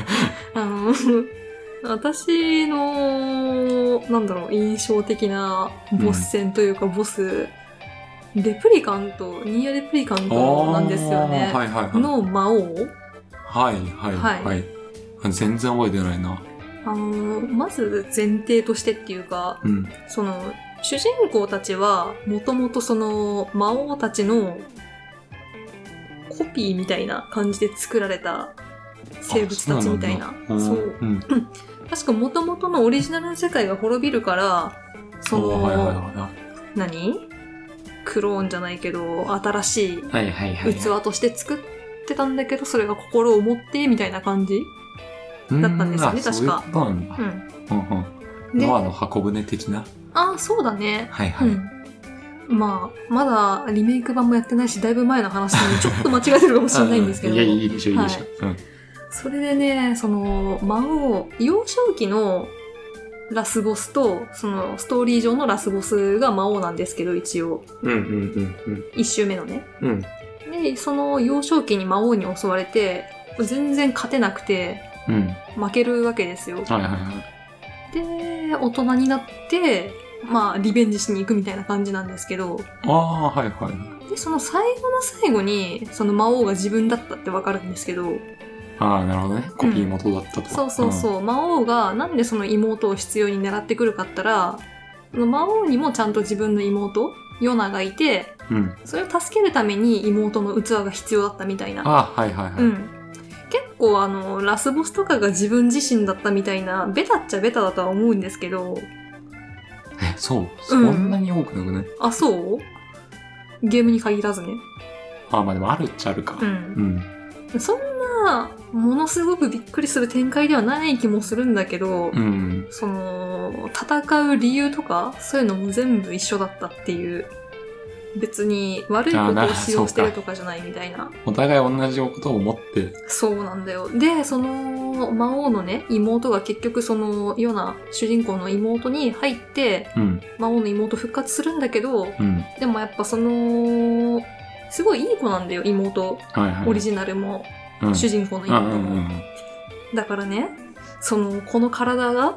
私の、印象的なボス戦というか、ボス、レプリカント、ニーヤレプリカントなんですよね。の魔王。はい。 全然覚えてないな。 まず前提としてっていうか、主人公たちは、もともとその魔王たちのコピーみたいな感じで作られた生物たちみたいな。そう。確かもともとのオリジナルの世界が滅びるから、クローンじゃないけど、新しい器として作ってってたんだけど、それが心を持ってみたいな感じだったんですよね、確か。 そうなんだ。ノアの箱舟的な。 あ、そうだね。 はいはい。 まあ、まだリメイク版もやってないし、だいぶ前の話なので、ちょっと間違えてるかもしれないんですけど。 いや、いいでしょ、いいでしょ。 それでね、その、魔王、幼少期のラスボスと、その、ストーリー上のラスボスが魔王なんですけど、一応。一周目のね。で、その幼少期に魔王に襲われて、全然勝てなくて、負けるわけですよ。で、大人になって、まあ、リベンジしに行くみたいな感じなんですけど。で、その最後の最後に、その魔王が自分だったってわかるんですけど。 なるほどね。コピー元だったと。 そう。魔王がなんでその妹を執拗に狙ってくるかったら、魔王にもちゃんと自分の妹、ヨナがいて、それを助けるために妹の器が必要だったみたいな。結構ラスボスとかが自分自身だったみたいな、ベタっちゃベタだとは思うんですけど。 そんなに多くなくね。 あ、そうゲームに限らずね。 まあでもあるっちゃあるか。 そんな、ものすごくびっくりする展開ではない気もするんだけど、その、戦う理由とか、そういうのも全部一緒だったっていう。別に悪いことを使用してるとかじゃないみたいな。 お互い同じことを思って。 そうなんだよ。で、その魔王のね、妹が結局そのような主人公の妹に入って、魔王の妹復活するんだけど、でもやっぱその、すごいいい子なんだよ、妹。オリジナルも、主人公の妹も。だからね、その、この体が、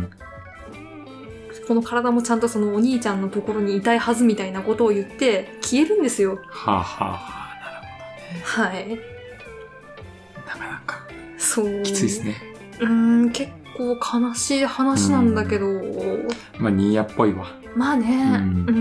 この体もちゃんとそのお兄ちゃんのところにいたいはずみたいなことを言って消えるんですよ。 なるほどね。なかなか。そう。きついですね。 結構悲しい話なんだけど。 まあ、ニーヤっぽいわ。 まあね。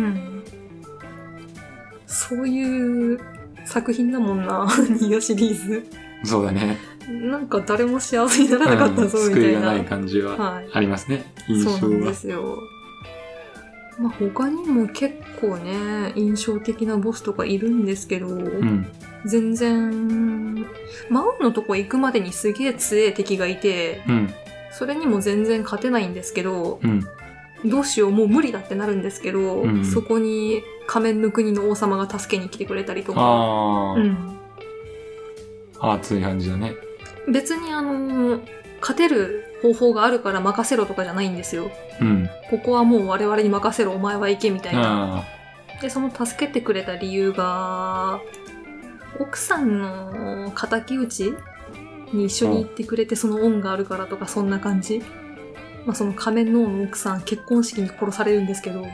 そういう作品だもんな、ニーヤシリーズ。 そうだね。 なんか誰も幸せにならなかったぞ、みたいな。 救いがない感じはありますね。印象は。 そうなんですよ。まあ他にも結構ね、印象的なボスとかいるんですけど、全然、魔王のとこ行くまでにすげえ強い敵がいて、それにも全然勝てないんですけど、どうしよう、もう無理だってなるんですけど、そこに仮面の国の王様が助けに来てくれたりとか。 熱い感じだね。 別に勝てる方法があるから任せろとかじゃないんですよ。ここはもう我々に任せろ、お前は行けみたいな。で、その助けてくれた理由が、奥さんの仇討ちに一緒に行ってくれてその恩があるからとか、そんな感じ。まあその仮面の王の奥さん、結婚式に殺されるんですけど。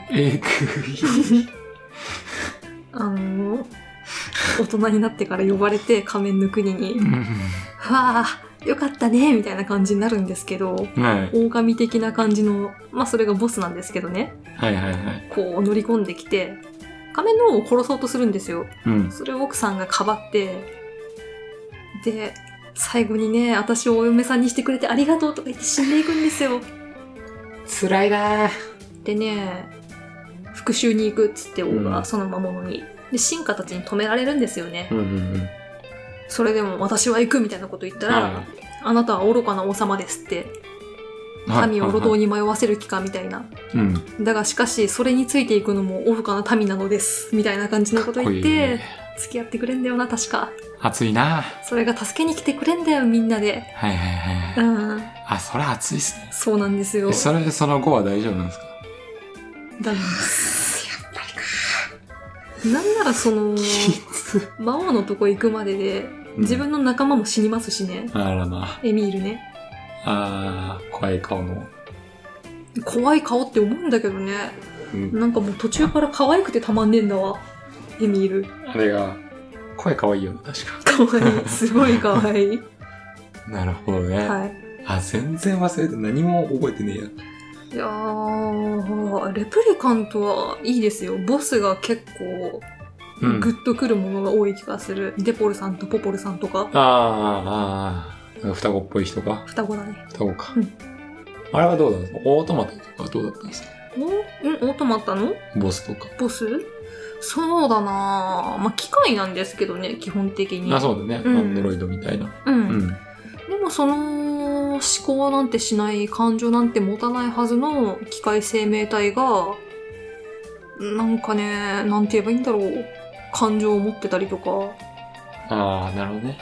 大人になってから呼ばれて仮面の国に。わあ、よかったね、みたいな感じになるんですけど、狼的な感じの、まあそれがボスなんですけどね。こう乗り込んできて、仮面の王を殺そうとするんですよ。それを奥さんがかばって、で、最後にね、私をお嫁さんにしてくれてありがとうとか言って死んでいくんですよ。 辛いなぁ。 でね、復讐に行くっつって王がその魔物に。で、進化たちに止められるんですよね。それでも私は行くみたいなこと言ったら、あなたは愚かな王様ですって。民を路頭に迷わせる気かみたいな。だがしかし、それについていくのも愚かな民なのです。みたいな感じのこと言って、付き合ってくれんだよな、確か。 熱いな。 それが助けに来てくれんだよ、みんなで。 それ熱いっすね。 そうなんですよ。 それでその後は大丈夫なんですか？ ダメです。やっぱりか。なんならその、魔王のとこ行くまでで、自分の仲間も死にますしね。エミールね。 怖い顔の。 怖い顔って思うんだけどね。なんかもう途中から可愛くてたまんねえんだわ。エミール。 あれが、声可愛いよね、確か。 可愛い。すごい可愛い。 なるほどね。全然忘れて何も覚えてねえや。 いやー、レプリカントはいいですよ。ボスが結構、グッとくるものが多い気がする。デポルさんとポポルさんとか。 双子っぽい人か。 双子だね。 双子か。あれはどうだったんですか？オートマタとかはどうだったんですか？ オートマタのボスとか。 ボス？ そうだなぁ。まあ、機械なんですけどね、基本的に。 そうだね。アンドロイドみたいな。 でもその、思考なんてしない、感情なんて持たないはずの機械生命体が、なんかね、なんて言えばいいんだろう。感情を持ってたりとか。 なるほどね。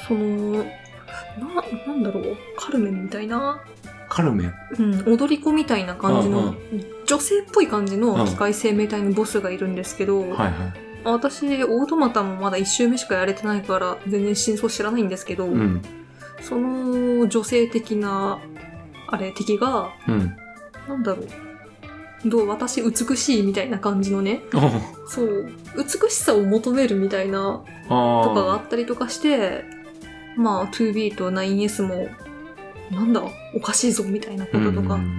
なんだろう。カルメンみたいな。 カルメン踊り子みたいな感じの、女性っぽい感じの機械生命体のボスがいるんですけど、私、オートマタもまだ1周目しかやれてないから、全然真相知らないんですけど、その女性的な、敵が、なんだろう。私美しいみたいな感じのね、そう、美しさを求めるみたいな、とかがあったりとかして、まあ、2B と 9S も、なんだ、おかしいぞみたいなこととかあって、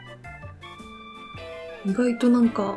意外となんか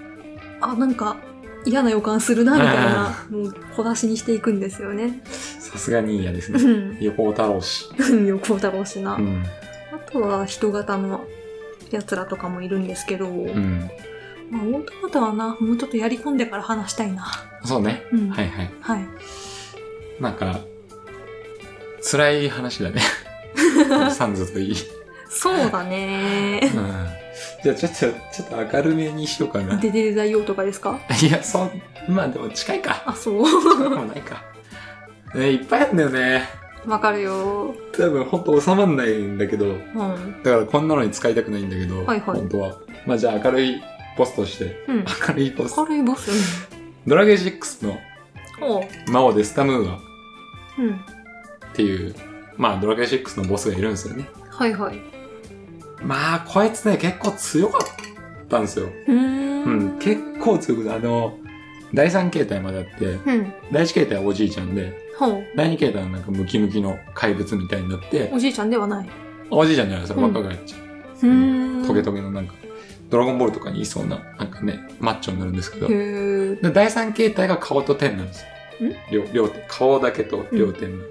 嫌な予感するなみたいな、もう小出しにしていくんですよね。 さすがに嫌ですね。横尾太郎氏。 横尾太郎氏な。あとは人型の奴らとかもいるんですけど、まあ、オートマタはな、もうちょっとやり込んでから話したいな。 そうね。はいはい。はい。なんか、辛い話だね。サンズといい。 そうだね。 じゃあちょっと明るめにしようかな。 デデデ大王とかですか？ いや、まあでも近いか。 そう。 もうないか。いっぱいあるんだよね。 わかるよ。 多分ほんと収まんないんだけど、だからこんなのに使いたくないんだけど、本当は。まあじゃあ明るいボスとして、明るいボス。 明るいボス。 ドラゲ6の魔王デスタムーアっていう、まあドラゲ6のボスがいるんですよね。まあこいつね結構強かったんですよ。結構強くて、第3形態まであって、第1形態はおじいちゃんで、第2形態はなんかムキムキの怪物みたいになって、 おじいちゃんではない。 おじいちゃんじゃない、それ若返っちゃう。トゲトゲのなんか、ドラゴンボールとかにいそうな、なんかね、マッチョになるんですけど、で第3形態が顔と点なんですよ。両手。顔だけと両手の。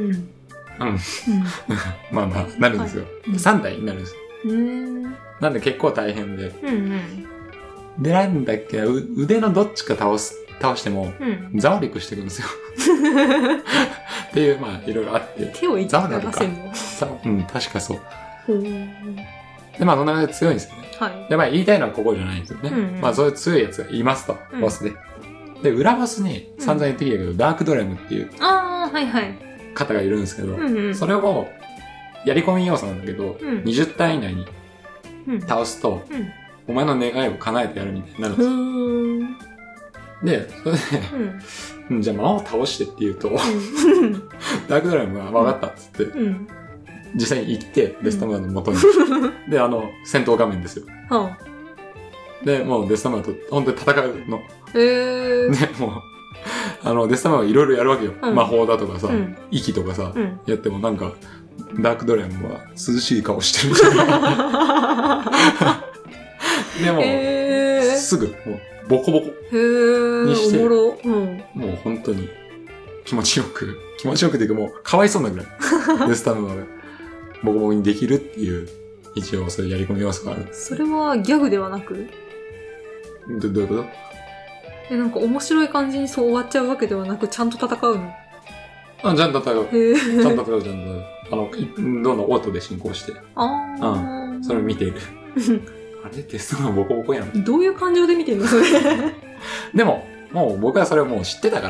まあまあ、なるんですよ。3体になるんですよ。なんで結構大変で。で、なんだっけ、腕のどっちか倒しても、ザワリクしていくんですよ。っていう、まあ、いろいろあって。 手を一回出せんの？ 確かそう。で、まあ、そんな感じで強いんですよね。で、まあ、言いたいのはここじゃないんですよね。まあ、そういう強いやつがいますと、ボスで。で、裏ボスに散々言ってきたけど、ダークドラムっていう方がいるんですけど、それを、やり込み要素なんだけど、20体以内に倒すと、お前の願いを叶えてやるみたいになるんですよ。で、それで、じゃあ魔王倒してって言うと、ダークドラムが分かったっつって、実際に行って、デスタムーアの元に。で、戦闘画面ですよ。で、もうデスタムーアと本当に戦うの。で、もう、デスタムーアがいろいろやるわけよ。魔法だとかさ、息とかさ、やってもなんか、ダークドラムは涼しい顔してるみたいな。でも、すぐ、もう、ボコボコにして、もう本当に気持ちよくっていうかもう、かわいそうなぐらい、デスタムーアがボコボコにできるっていう、一応そういうやり込み要素がある。 それはギャグではなく？ どういうこと？ なんか面白い感じにそう終わっちゃうわけではなく、ちゃんと戦うの？ ちゃんと戦う。ちゃんと戦う。どんどんオートで進行して。それを見ている。あれテストがボコボコやん。 どういう感情で見てんのそれ。でも、もう僕はそれをもう知ってたから、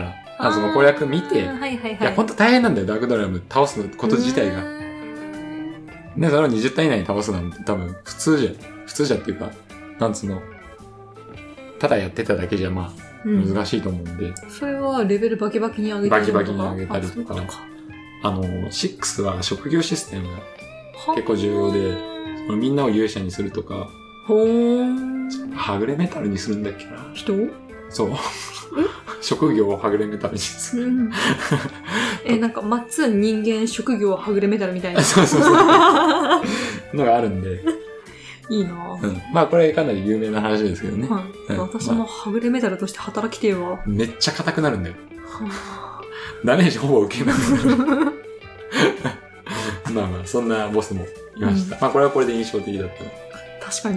その攻略見て、いや、ほんと大変なんだよ、ダークドラム倒すこと自体が。で、それを20体以内に倒すなんて多分普通じゃっていうか、なんつうの、ただやってただけじゃまあ、難しいと思うんで。 それはレベルバキバキに上げたりとか。 バキバキに上げたりとか。6は職業システムが結構重要で、みんなを勇者にするとか、はぐれメタルにするんだっけな。 人？ そう。職業をはぐれメタルにする。 なんか、マッツン人間職業をはぐれメタルみたいな。 そう。のがあるんで。 いいなぁ。 まあこれかなり有名な話ですけどね。 私もはぐれメタルとして働きてえわ。 めっちゃ硬くなるんだよ。ダメージほぼ受けなくなる。まあまあ、そんなボスもいました。まあこれはこれで印象的だった。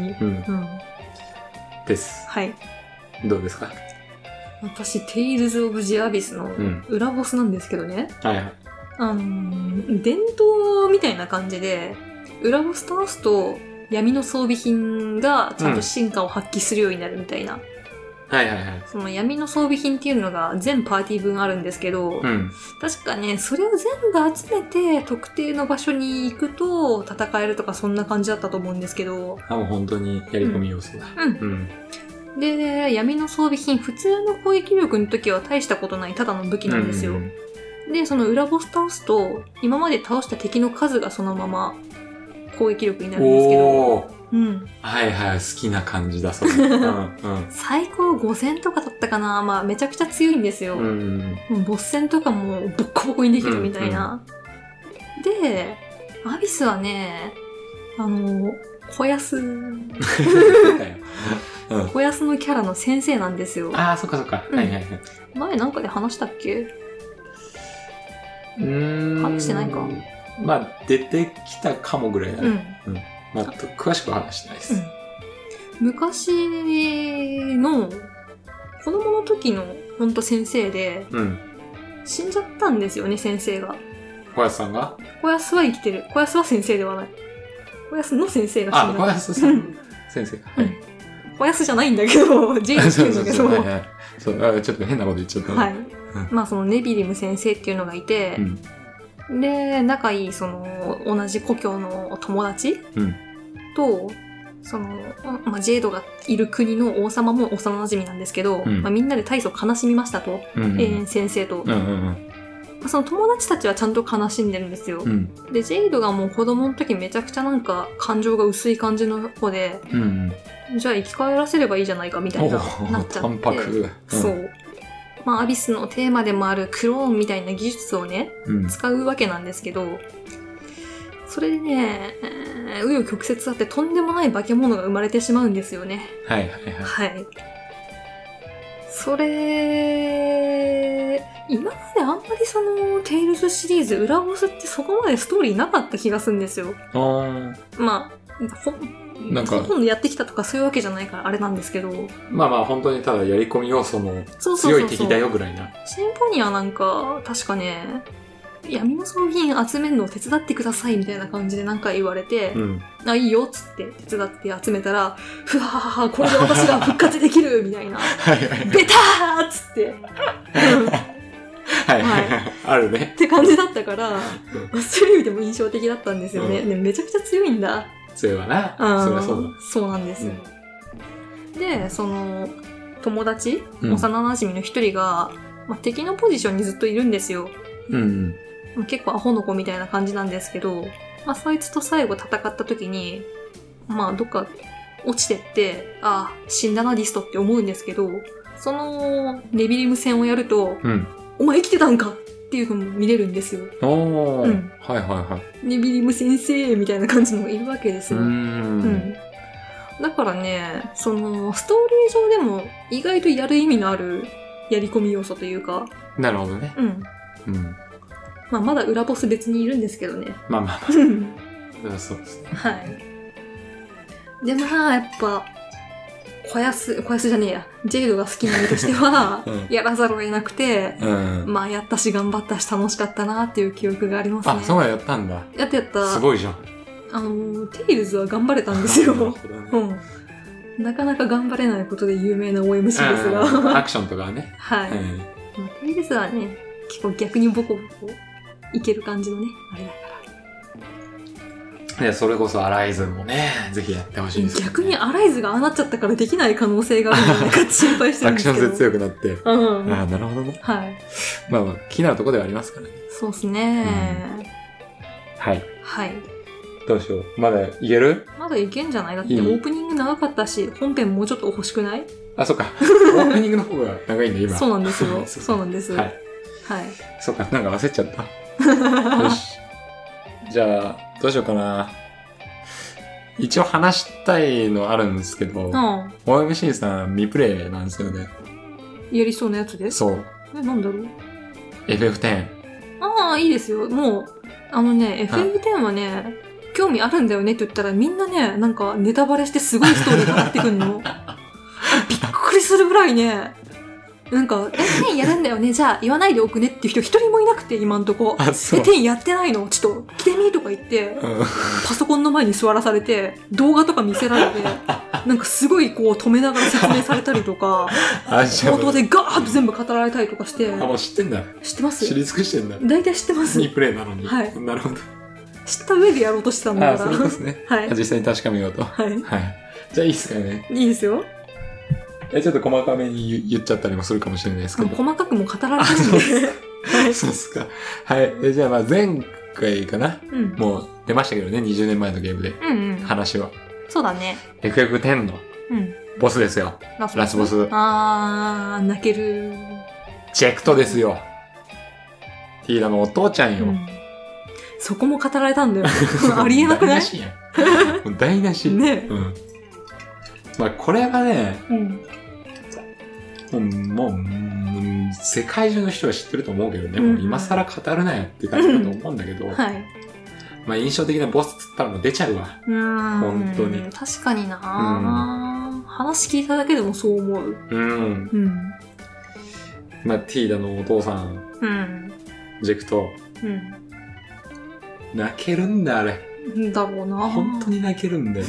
確かに。 です。 はい。 どうですか？ 私、テイルズ・オブ・ジ・アビスの裏ボスなんですけどね。 はいはい。 伝統みたいな感じで、裏ボス倒すと闇の装備品がちゃんと進化を発揮するようになるみたいな。 はいはいはい。 その闇の装備品っていうのが全パーティー分あるんですけど、確かね、それを全部集めて特定の場所に行くと戦えるとかそんな感じだったと思うんですけど。 もう本当にやり込み要素だ。 で、闇の装備品、普通の攻撃力の時は大したことないただの武器なんですよ。で、その裏ボス倒すと、今まで倒した敵の数がそのまま攻撃力になるんですけど。 はいはい、好きな感じだ、それ。 最高5000とかだったかな。まあ、めちゃくちゃ強いんですよ。もうボス戦とかもボッコボコにできるみたいな。で、アビスはね、小安。小安のキャラの先生なんですよ。 そっかそっか。はいはいはい。 前なんかで話したっけ？話してないか。 まあ、出てきたかもぐらいだね。まあ、詳しくは話してないです。 昔の子供の時のほんと先生で、死んじゃったんですよね、先生が。 小安さんが？ 小安は生きてる。小安は先生ではない。小安の先生が死んだ。 小安さん先生。 小安じゃないんだけど、ジェイって言うんだけど。 ちょっと変なこと言っちゃった。 はい。まあそのネビリム先生っていうのがいて、で、仲いいその同じ故郷の友達と、その、ジェイドがいる国の王様も幼馴染なんですけど、みんなで大層悲しみましたと、先生と。その友達たちはちゃんと悲しんでるんですよ。で、ジェイドがもう子供の時めちゃくちゃなんか感情が薄い感じの子で、じゃあ生き返らせればいいじゃないかみたいな、なっちゃって。そう。アビスのテーマでもあるクローンみたいな技術をね、使うわけなんですけど、それでね、紆余曲折あってとんでもない化け物が生まれてしまうんですよね。 はいはいはい。 それ、今まであんまりその、テイルズシリーズ裏ボスってそこまでストーリーなかった気がするんですよ。まあ、なんかほとんどやってきたとかそういうわけじゃないからあれなんですけど。 まあまあ本当にただやり込み要素の強い敵だよぐらいな。 シンフォニアなんか確かね、闇の装備品集めるのを手伝ってくださいみたいな感じで何回言われて、いいよっつって手伝って集めたら、ふわーこれで私が復活できるみたいな。ベターっつって。 あるね。 って感じだったから、そういう意味でも印象的だったんですよね。めちゃくちゃ強いんだ。 強いわな。そりゃそうだ。 そうなんですよ。で、その、友達、幼馴染の一人が、敵のポジションにずっといるんですよ。結構アホの子みたいな感じなんですけど、そいつと最後戦った時に、どっか落ちてって、死んだなディストって思うんですけど、そのネビリム戦をやると、お前生きてたんかっていうのも見れるんですよ。 はいはいはい。 ネビリム先生みたいな感じのがいるわけですよ。だからね、そのストーリー上でも意外とやる意味のあるやり込み要素というか。 なるほどね。 まだ裏ボス別にいるんですけどね。 そうですね。 はい。でやっぱ、小安じゃねえや。ジェイドが好きな身としては、やらざるを得なくて、やったし頑張ったし楽しかったなっていう記憶がありますね。 そうなんやったんだ。 やった。 すごいじゃん。 テイルズは頑張れたんですよ。なかなか頑張れないことで有名な OMC ですが。 アクションとかはね。 はい。テイルズはね、結構逆にボコボコいける感じのね、あれだから。 それこそアライズもね、ぜひやってほしいです、ね。 逆にアライズがああなっちゃったからできない可能性があるんじゃないかって心配してるんですけど。 アクション性強くなって。なるほどね。 はい。 気になるところではありますからね。 そうですね、 はい。 はい。 どうしよう。まだいける？ まだいけんじゃない？だってオープニング長かったし、本編もうちょっと欲しくない？ そっか。オープニングの方が長いんだ、今。 そうなんですよ。そうなんです。はい。 そっか、なんか焦っちゃった。よし。じゃあ、どうしようかな。一応話したいのあるんですけど、OMC さん未プレイなんですよね。 やりそうなやつです？ そう。 なんだろう？ FF10。 いいですよ。もう、FF10 はね、興味あるんだよねって言ったらみんなね、なんかネタバレしてすごいストーリーが入ってくんの。びっくりするぐらいね、 なんか、テンやるんだよね、じゃあ言わないでおくねっていう人一人もいなくて、今んとこ。テンやってないのちょっと来てみとか言って、パソコンの前に座らされて、動画とか見せられて、なんかすごいこう止めながら説明されたりとか、冒頭でガーッと全部語られたりとかして。 もう知ってんだ。 知ってます？ 知り尽くしてんだ。 大体知ってます。 ニープレイなのに。 はい。 なるほど。 知った上でやろうとしてたんだから。 そうですね。 はい。 実際に確かめようと。 はい。 はい。じゃあいいっすかね。 いいですよ。 ちょっと細かめに言っちゃったりもするかもしれないですけど。 細かくも語られてるんで。 はい。そうですか。はい。じゃあまあ前回かな、もう出ましたけどね、20年前のゲームで。話は。 そうだね。 FF10 のボスですよ。ラスボス。 泣ける。 ジェクトですよ。ティーダのお父ちゃんよ。 そこも語られたんだよ。ありえなくない？ 台無しやん。台無し。 ね。 まあこれはね、もう、世界中の人は知ってると思うけどね、もう今更語るなよって感じだと思うんだけど、 はい。 まあ印象的なボスつったらもう出ちゃうわ。本当に。 確かにな、話聞いただけでもそう思う。 まあティーダのお父さん、ジェクト、泣けるんだあれ。 だろうな。 本当に泣けるんだよ。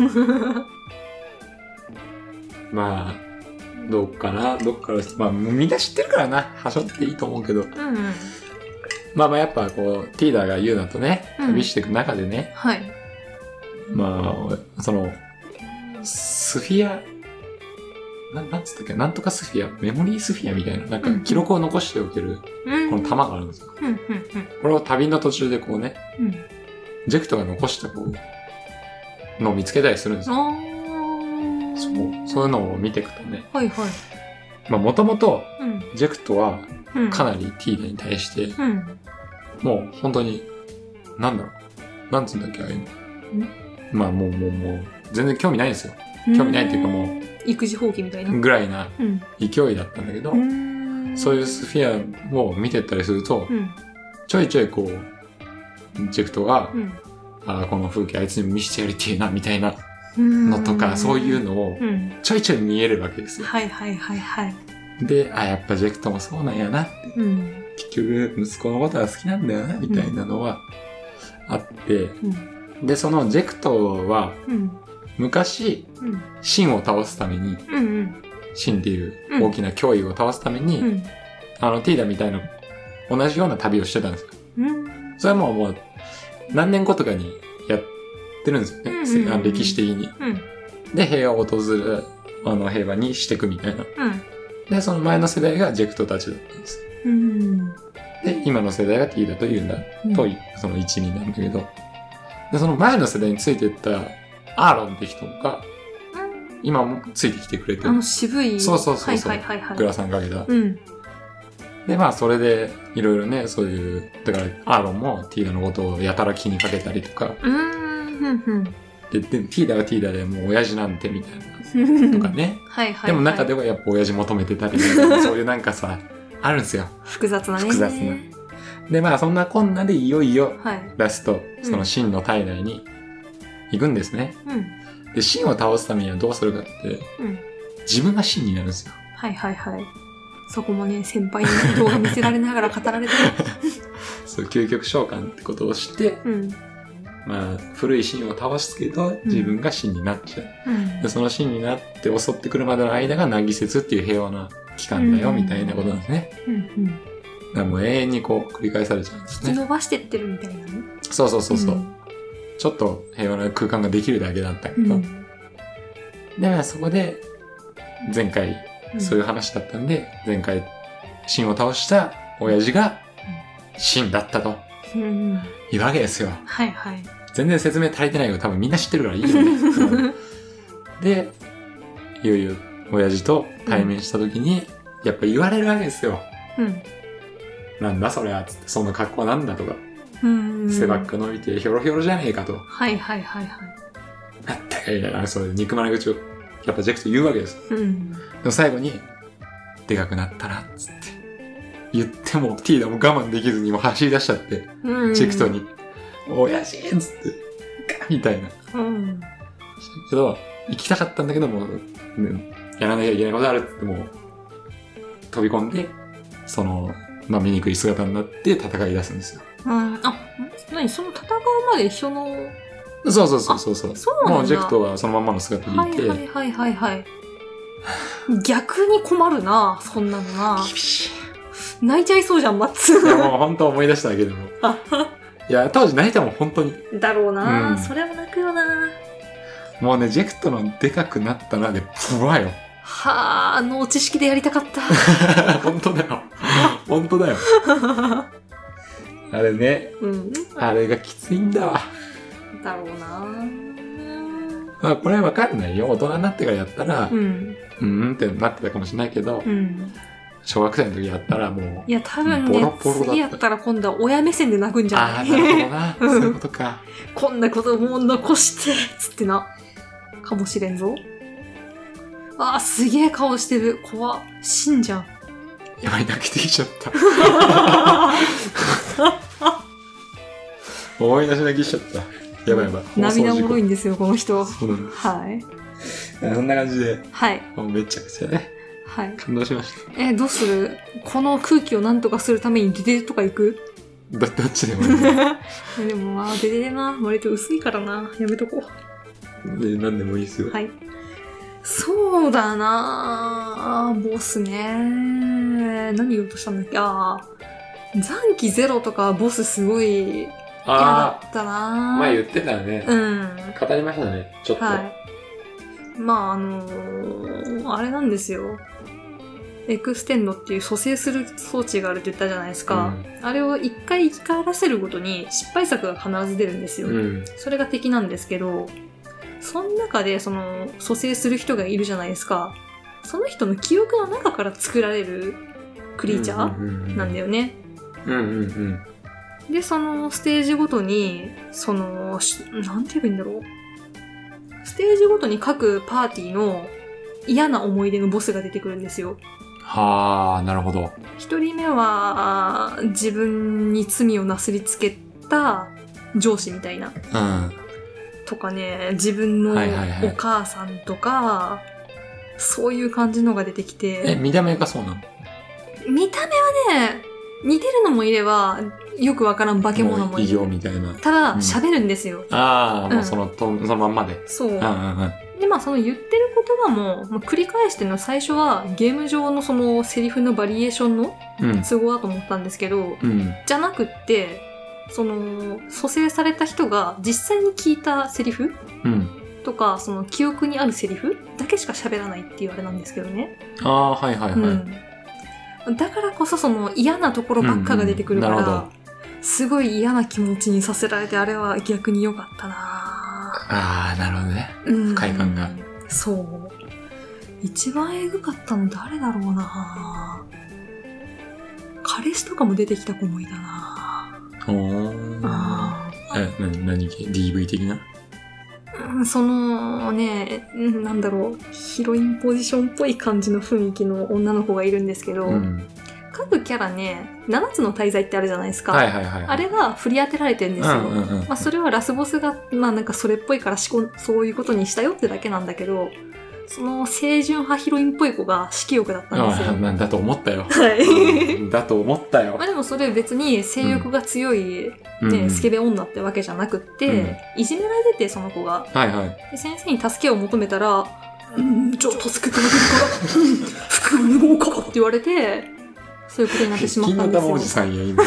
まあ、どっから、まあみんな知ってるからな、はしょっていいと思うけど。まあやっぱこう、ティーダが言うなとね、旅していく中でね。 はい。 まあ、その、スフィア、なんつったっけ、なんとかスフィア、メモリースフィアみたいな、なんか記録を残しておける、この玉があるんですよ。これを旅の途中でこうね、ジェクトが残したこう、のを見つけたりするんですよ。そういうのを見ていくとね。 はいはい。 まあもともと、ジェクトはかなりティーダに対して、もう本当に、なんだろう。なんつうんだっけ、ああいうの。まあもう、全然興味ないんですよ。興味ないっていうかもう、 育児放棄みたいな。 ぐらいな勢いだったんだけど、そういうスフィアを見てったりすると、ちょいちょいこう、ジェクトが、この風景あいつにも見せてやりてえな、みたいなのとか、そういうのをちょいちょい見えるわけですよ。 はいはいはいはい。 で、やっぱジェクトもそうなんやなって。結局、息子のことは好きなんだよな、みたいなのはあって、で、そのジェクトは、昔、シンを倒すために、シンっていう大きな脅威を倒すために、ティーダみたいな同じような旅をしてたんですよ。それはもう何年後とかにやってるんですよね。歴史的に。で、平和を訪れ、平和にしていくみたいな。で、その前の世代がジェクトたちだったんです。で、今の世代がティーダというんだ、と、その一味なんだけど、で、その前の世代についていったアーロンって人が、今もついてきてくれてる。 渋い。 そう。グラサンかけた。で、まあ、それで、いろいろね、そういう、だから、アーロンもティーダのことをやたら気にかけたりとか。で、ティーダはティーダでもう親父なんてみたいな。とかね。でも中ではやっぱ親父求めてたり、そういうなんかさ、あるんですよ。 複雑な。 で、まあ、そんなこんなでいよいよ、ラスト、そのシンの体内に行くんですね。で、シンを倒すためにはどうするかって、自分がシンになるんですよ。 そこもね、先輩に動画見せられながら語られてる。 そう、究極召喚ってことをして、まあ、古いシンを倒すけど、自分がシンになっちゃう。で、そのシンになって襲ってくるまでの間がナギセツっていう平和な期間だよ、みたいなことなんですね。だからもう永遠にこう繰り返されちゃうんですね。 引き伸ばしてってるみたいなね。 そう。ちょっと平和な空間ができるだけだったけど。で、まあそこで、前回、そういう話だったんで、前回、シンを倒した親父が、シンだったと。いうわけですよ。全然説明足りてないけど、多分みんな知ってるからいいよね。で、いよいよ親父と対面した時に、やっぱ言われるわけですよ。なんだそれは、つって、その格好なんだとか。背バック伸びてひょろひょろじゃねえかと。 なんだかそういう憎まれ口をやっぱジェクト言うわけです。でも最後にでかくなったらつって言ってもティーダも我慢できずにも走り出しちゃって、ジェクトに親父っつってガッみたいな。けど行きたかったんだけども、やらなきゃいけないことあるってもう飛び込んで、まあ、醜い姿になって戦い出すんですよ。 何その戦うまで一緒の。 そう。 そうなんだ。 もうジェクトはそのまんまの姿でいて。 はい。逆に困るな、そんなのな。 厳しい。 泣いちゃいそうじゃん、マッツ。 いや、もう本当思い出しただけでも。いや、当時泣いたもん、本当に。 だろうな、それは泣くよな。 もうね、ジェクトのでかくなったなで、ブワよ。 はあ、脳知識でやりたかった。 本当だよ。本当だよ。あれね、あれがきついんだわ。 だろうな。 まあ、これはわかんないよ。大人になってからやったら、ってなってたかもしれないけど、小学生の時やったらもう、 いや、多分ね、次やったら今度は親目線で泣くんじゃない？ なるほどな。そういうことか。 こんなことも残して、つってな。かもしれんぞ。すげえ顔してる。怖っ。死んじゃん。 やばい、泣けてきちゃった。思い出し泣きしちゃった。やばい。 涙もろいんですよ、この人。 そうなんです。 はい。 そんな感じで。 はい。 もうめちゃくちゃね。 はい。 感動しました。 どうする？この空気をなんとかするためにデデデとか行く？ どっちでもいい。 でもデデデな、割と薄いからな。やめとこう。なんでもいいですよ。 はい。そうだなボスね。何言おうとしたんだっけ？残機ゼロとかボスすごい嫌だったな。 前言ってたよね。語りましたね、ちょっと。はい。 まああれなんですよ。エクステンドっていう蘇生する装置があるって言ったじゃないですか。あれを一回生き返らせるごとに失敗作が必ず出るんですよ。それが敵なんですけど、その中で蘇生する人がいるじゃないですか。その人の記憶の中から作られるクリーチャーなんだよね。で、そのステージごとに、なんて言えばいいんだろう。ステージごとに各パーティーの嫌な思い出のボスが出てくるんですよ。 はあ、なるほど。 一人目は、自分に罪をなすりつけた上司みたいな。とかね、自分のお母さんとか、そういう感じのが出てきて。 見た目がそうなの？ 見た目はね、似てるのもいれば、よくわからん化け物もいる。 異形みたいな。 ただ、喋るんですよ。 もうそのまんまで。 そう。で、その言ってる言葉も、繰り返してるの最初は、ゲーム上のそのセリフのバリエーションの都合だと思ったんですけど、じゃなくって、蘇生された人が実際に聞いたセリフ、とか、その記憶にあるセリフだけしか喋らないっていうあれなんですけどね。だからこそその嫌なところばっかが出てくるから、すごい嫌な気持ちにさせられて、あれは逆に良かったな。 なるほどね。不快感が。 そう。一番エグかったの誰だろうな。彼氏とかも出てきた子もいたな。 何系 ?DV 的な？ なんだろう、ヒロインポジションっぽい感じの雰囲気の女の子がいるんですけど、各キャラね、7つの大罪ってあるじゃないですか。あれが振り当てられてるんですよ。それはラスボスが、なんかそれっぽいからそういうことにしたよってだけなんだけど、その清純派ヒロインっぽい子が色欲だったんですよ。 だと思ったよ。だと思ったよ。 でもそれ別に性欲が強い、スケベ女ってわけじゃなくって、いじめられてて、その子が。で先生に助けを求めたら、じゃあ助けてあげるから、服を脱ごうかって言われて、そういうことになってしまったんですよ。 金の玉おじさんや、今。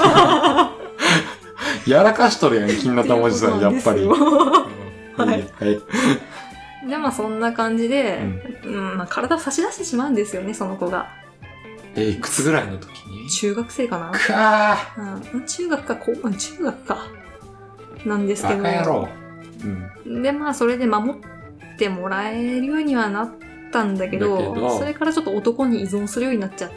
やらかしとるやん、金の玉おじさん、やっぱり。 で、そんな感じで、体を差し出してしまうんですよね、その子が。 いくつぐらいの時に？ 中学生かな。中学か。なんですけど。 バカ野郎。 で、それで守ってもらえるようにはなったんだけど、それからちょっと男に依存するようになっちゃって、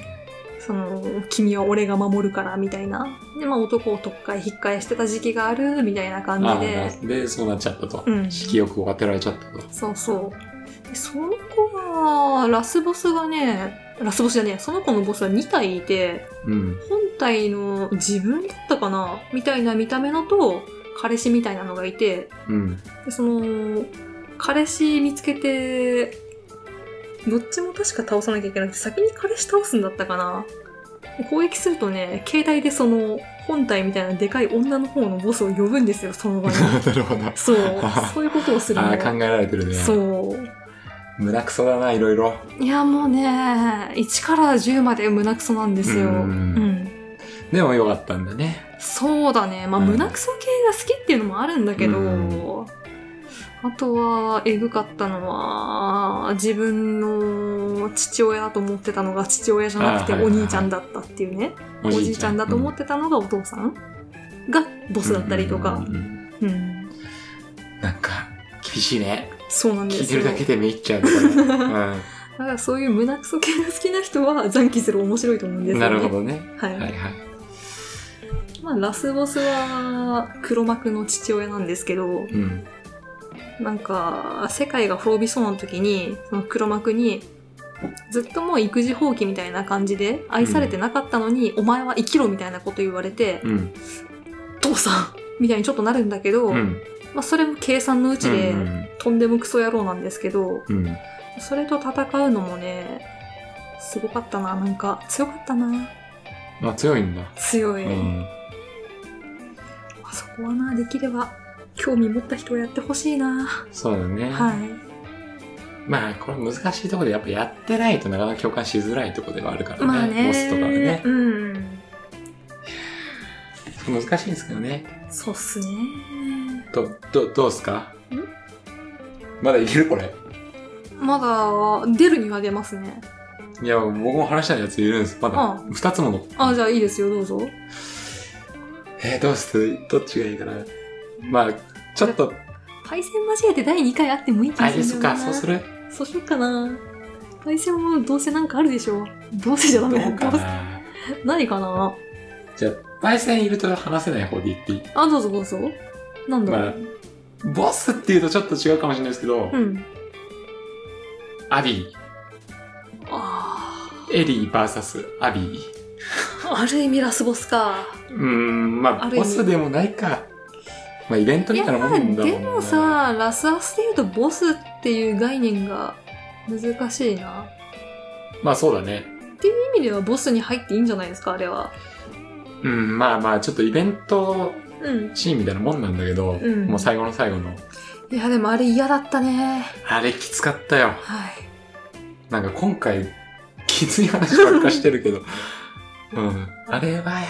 君は俺が守るから、みたいな。で、男をとっかえ引っかえしてた時期がある、みたいな感じで。 で、そうなっちゃったと。色欲を当てられちゃったと。 そうそう。で、その子は、ラスボスじゃねえ、その子のボスは2体いて、本体の自分だったかなみたいな見た目のと、彼氏みたいなのがいて、で彼氏見つけて、 どっちも確か倒さなきゃいけなくて、先に彼氏倒すんだったかな。攻撃するとね、携帯でその本体みたいなでかい女の方のボスを呼ぶんですよ、その場に。 なるほど。 そういうことをするの。 考えられてるね。 そう。 胸クソだな、いろいろ。 いや、もうね、1から10まで胸クソなんですよ。 でもよかったんだね。 そうだね。まあ、胸クソ系が好きっていうのもあるんだけど、あとは、えぐかったのは、自分の父親だと思ってたのが父親じゃなくてお兄ちゃんだったっていうね。おじいちゃんだと思ってたのがお父さんがボスだったりとか。 なんか、厳しいね。 そうなんですよ。 聞いてるだけでめっちゃうから。 だからそういう胸クソ系が好きな人は残機する面白いと思うんですよね。 なるほどね。 はい。まあ、ラスボスは黒幕の父親なんですけど、なんか、世界が滅びそうな時に、その黒幕に、ずっともう育児放棄みたいな感じで愛されてなかったのに、お前は生きろみたいなこと言われて、父さんみたいにちょっとなるんだけど、まあそれも計算のうちで、とんでもクソ野郎なんですけど、それと戦うのもね、すごかったな。なんか、強かったな。 あ、強いんだ。 強い。あそこはな、できれば、興味持った人はやってほしいな。 そうだね。 はい。 まあ、これ難しいところでやっぱやってないとなかなか共感しづらいところではあるからね。 まあね。 ボスとかはね。難しいんですけどね。 そうっすね。 どうすか？まだいけるこれ。まだ、出るには出ますね。 いや、僕も話したいやついるんです。まだ2つもの。 じゃあいいですよ、どうぞ。 どっちがいいかな。まあ、ちょっと。 パイセン交えて第2回あってもいい気がするんだよな。 そうする？ そうしよっかな。パイセンもどうせなんかあるでしょ。どうせじゃダメだ。 どうかな。 何かな。 じゃあ、パイセンいると話せない方で言っていい？ どうぞどうぞ。なんだろう。 まあ、ボスって言うとちょっと違うかもしれないですけど、アビー。エリー VS アビー。 ある意味ラスボスか。 まあ、ボスでもないか。まあ、イベントみたいなもんだもんね。 でもさ、ラスアスで言うとボスっていう概念が難しいな。 まあ、そうだね。 っていう意味ではボスに入っていいんじゃないですか、あれは。 まあまあ、ちょっとイベントシーンみたいなもんなんだけど、もう最後の最後の。 いや、でもあれ嫌だったね。 あれきつかったよ。 はい。 なんか今回、きつい話ばっかしてるけど、あれは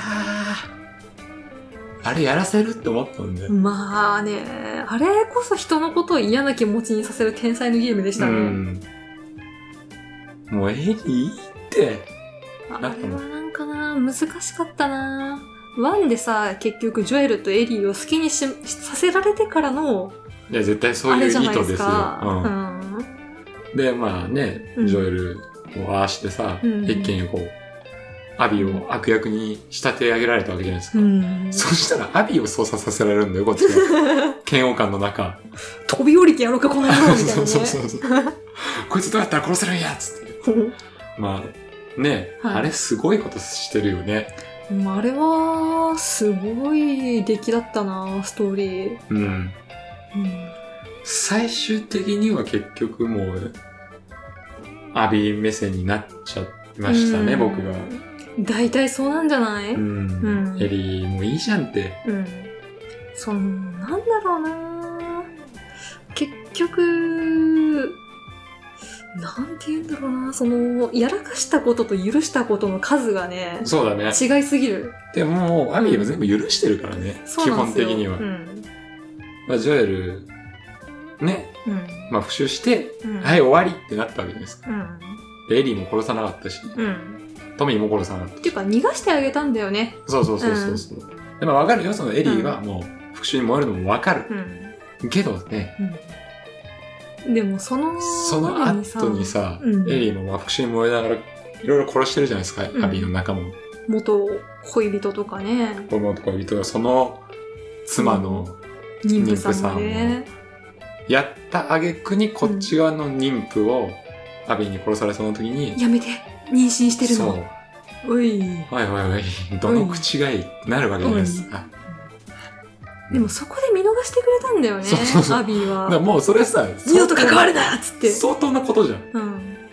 あれやらせるって思ったんで。 まあね、あれこそ人のことを嫌な気持ちにさせる天才のゲームでしたね。 もうエリーって。 あれはなんかな、難しかったな。1でさ、結局ジョエルとエリーを好きにさせられてからの、 いや、絶対そういう意図ですよ。で、まあね、ジョエルをああしてさ、一気にこう、アビを悪役に仕立て上げられたわけじゃないですか。そしたらアビを操作させられるんだよ、こっちが。嫌悪感の中。 飛び降りてやろうか、この野郎みたいなね。そう。 こいつどうやったら殺せるんやつって。まあ、ね、あれすごいことしてるよね。 あれは、すごい出来だったな、ストーリー。 最終的には結局もう、アビ目線になっちゃいましたね、僕が。 大体そうなんじゃない？ エリーもいいじゃんって。 なんだろうな。結局、なんて言うんだろうな。やらかしたことと許したことの数がね。 そうだね。 違いすぎる。 でももう、アビーは全部許してるからね。基本的には。まあ、ジョエル、ね。まあ、復讐して、はい、終わりってなったわけじゃないですか。で、エリーも殺さなかったし。トミーも殺さなかった。 っていうか、逃がしてあげたんだよね。 そう。でも分かるよ、そのエリーはもう復讐に燃えるのも分かる。けどね、 でもその後にさ、エリーもまあ復讐に燃えながらいろいろ殺してるじゃないですか、アビーの仲間も。 元恋人とかね。 元恋人がその妻の妊婦さんをやった挙句にこっち側の妊婦をアビーに殺されそうな時に、 やめて、妊娠してるの。そう。おい。 おい、どの口がいいってなるわけじゃないですか。 でもそこで見逃してくれたんだよね、アビーは。 もうそれさ、 二度と関わるなっつって。 相当なことじゃん。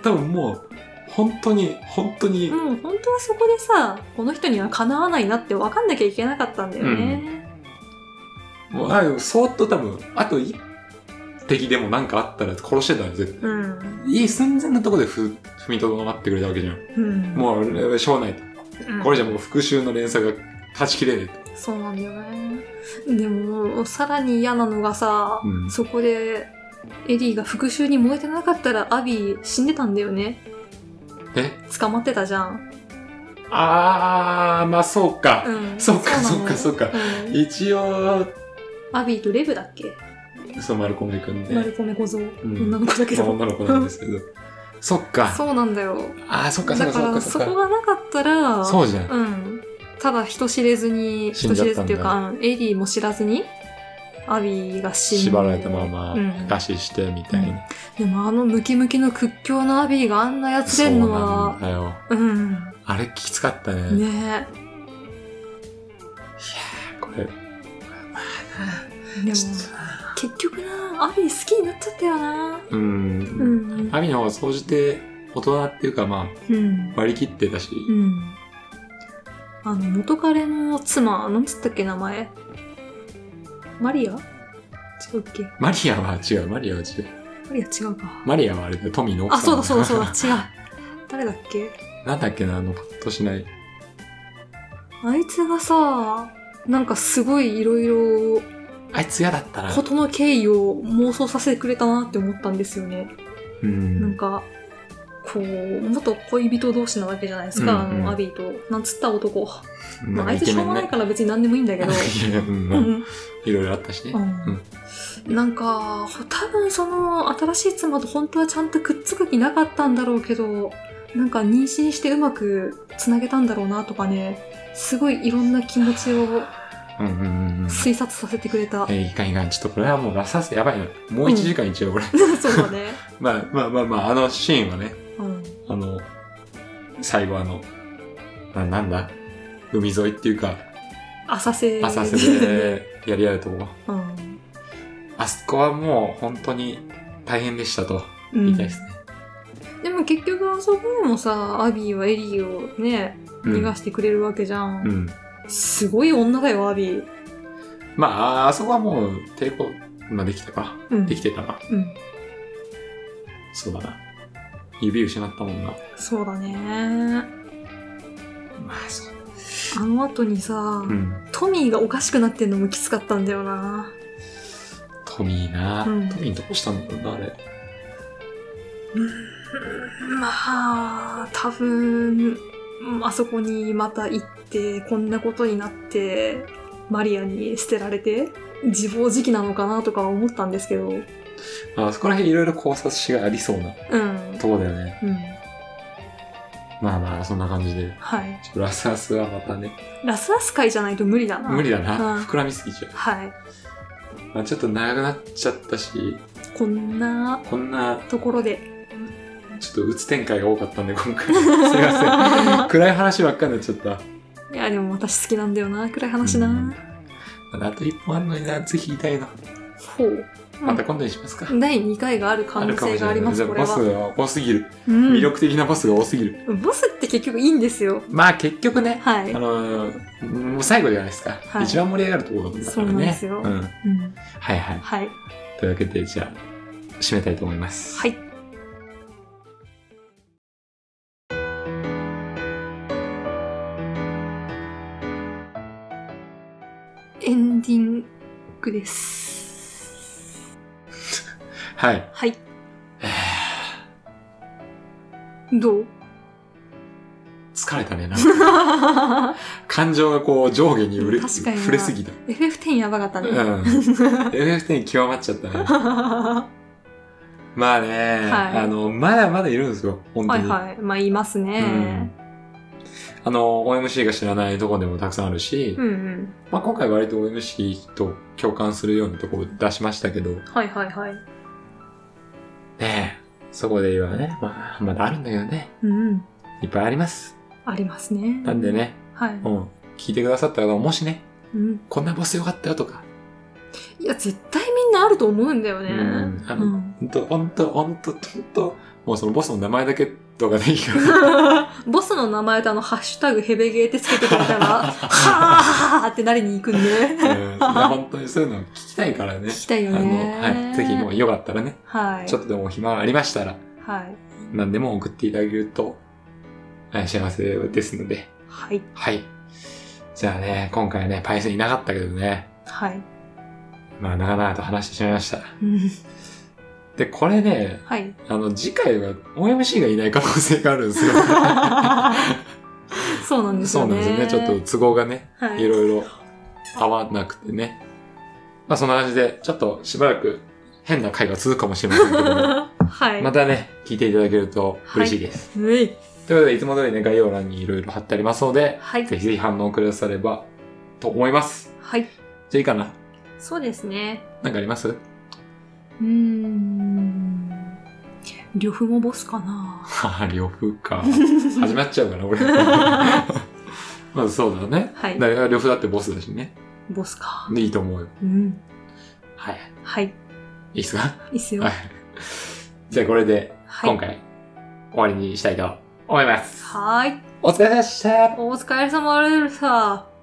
多分もう、本当に。 本当はそこでさ、この人にはかなわないなって分かんなきゃいけなかったんだよね。 もう、そーっと多分、あと一敵でもなんかあったら殺してたんですよ。いい寸前のところで踏みとどまってくれたわけじゃん。もう、しょうがないと。これじゃもう復讐の連鎖が断ち切れねえと。 そうなんだよね。でも、さらに嫌なのがさ、そこで、エリーが復讐に燃えてなかったらアビー死んでたんだよね。捕まってたじゃん。 まあそうか。そうか。一応、 アビーとレブだっけ？ そう、マルコメくんで。 マルコメ小僧。女の子だけど。 女の子なんですけど。そっか。 そうなんだよ。 そっか。 だからそこがなかったら、 そうじゃん。 ただ人知れずっていうか、エリーも知らずに、アビーが縛られたまま、餓死してみたいな。 でもムキムキの屈強なアビーがあんなやつれんのは、 そうなんだよ。あれきつかったね。 ねえ。いやこれ、まあな。でも、結局な、アビー好きになっちゃったよな。 アビーの方が総じて大人っていうか割り切ってたし。 元彼の妻、なんつったっけ名前？マリア？違うっけ？ マリアは違う。マリア違うか。マリアはあれだよ、トミーの奥さん。 そうだ、違う。誰だっけ？ なんだっけな、パッとしない。 あいつがさ、なんかすごいいろいろ、 あいつ嫌だったな。 ことの経緯を妄想させてくれたなって思ったんですよね。なんか、こう、元恋人同士なわけじゃないですか、アビーと。なんつった男。あいつしょうがないから別に何でもいいんだけど。 いろいろあったしね。 なんか、多分その新しい妻と本当はちゃんとくっつく気なかったんだろうけど、なんか妊娠してうまくつなげたんだろうなとかね、すごいいろんな気持ちを推察させてくれた。 いかん。ちょっとこれはもうラサスやばいな。もう1時間いっちゃうこれ。 そうだね。 まあ、あのシーンはね、最後なんだ海沿いっていうか、浅瀬でやり合うとこ。あそこはもう本当に大変でしたと言いたいですね。 でも結局あそこでもさ、アビーはエリーをね、逃がしてくれるわけじゃん。すごい女だよ、アビー。 あそこはもう抵抗、できたか。できてたな。そうだな。指失ったもんな。 そうだね。 そう。 あの後にさ、トミーがおかしくなってんのもきつかったんだよな。 トミーな。トミーどうしたんだろうな、あれ。 多分、あそこにまた行って、こんなことになって、マリアに捨てられて、自暴自棄なのかなとか思ったんですけど。 そこら辺いろいろ考察しがありそうなとこだよね。そんな感じで。ラスアスはまたね。 ラスアス会じゃないと無理だな。 無理だな。膨らみすぎちゃう。 ちょっと長くなっちゃったし。 こんなところで。 ちょっと鬱展開が多かったんで、今回。すいません。暗い話ばっかりになっちゃった。 いや、でも私好きなんだよな、暗い話な。 あと一本あるのにな、ぜひ言いたいの。また今度にしますか。 第2回がある可能性があります、これは。 ボスが多すぎる。魅力的なボスが多すぎる。 ボスって結局いいんですよ。 結局ね、もう最後じゃないですか。一番盛り上がるところだったからね。 そうなんですよ。 はい。というわけで、じゃあ、締めたいと思います。 はい。エンディングです。 はい。 どう？ 疲れたね、感情がこう上下に触れすぎた。 FF10 やばかったね。 FF10 極まっちゃったね。まだまだいるんですよ、本当に。 いますね。 OMC が知らないとこでもたくさんあるし、今回割と OMC と共感するようなとこを出しましたけど。ねえ、そこで言えばね、まだあるんだけどね。いっぱいあります。 ありますね。 なんでね、聞いてくださった方ももしね、こんなボスよかったよとか。 いや、絶対みんなあると思うんだよね。 ほんと、もうそのボスの名前だけとかでいいから。 ボスの名前とハッシュタグヘベゲーってつけてくれたら、はーってなりに行くんで。 本当にそういうの聞きたいからね。 聞きたいよね。 はい。ぜひもうよかったらね。はい。ちょっとでも暇ありましたら。はい。何でも送っていただけると、幸せですので。はい。はい。じゃあね、今回ね、パイセンいなかったけどね。はい。まあ、長々と話してしまいました。で、これね、はい。次回は OMC がいない可能性があるんですよ。 そうなんですよね。 そうなんですよね。ちょっと都合がね、はい、いろいろ合わなくてね。まあ、そんな感じで、ちょっとしばらく変な回が続くかもしれませんけども、はい。またね、聞いていただけると嬉しいです。はい。ということで、いつも通りね、概要欄にいろいろ貼ってありますので、はい。ぜひぜひ反応くださればと思います。はい。じゃあいいかな。 そうですね。 なんかあります？ 呂布もボスかな。 は呂布か。始まっちゃうかな、俺。まずそうだね。はい。呂布だってボスだしね。 ボスか。 いいと思うよ。うん。はい。はい。いいっすか？ いいっすよ。はい。 じゃあこれで、今回、終わりにしたいと思います。 はい。 お疲れ様でした。 お疲れ様でした。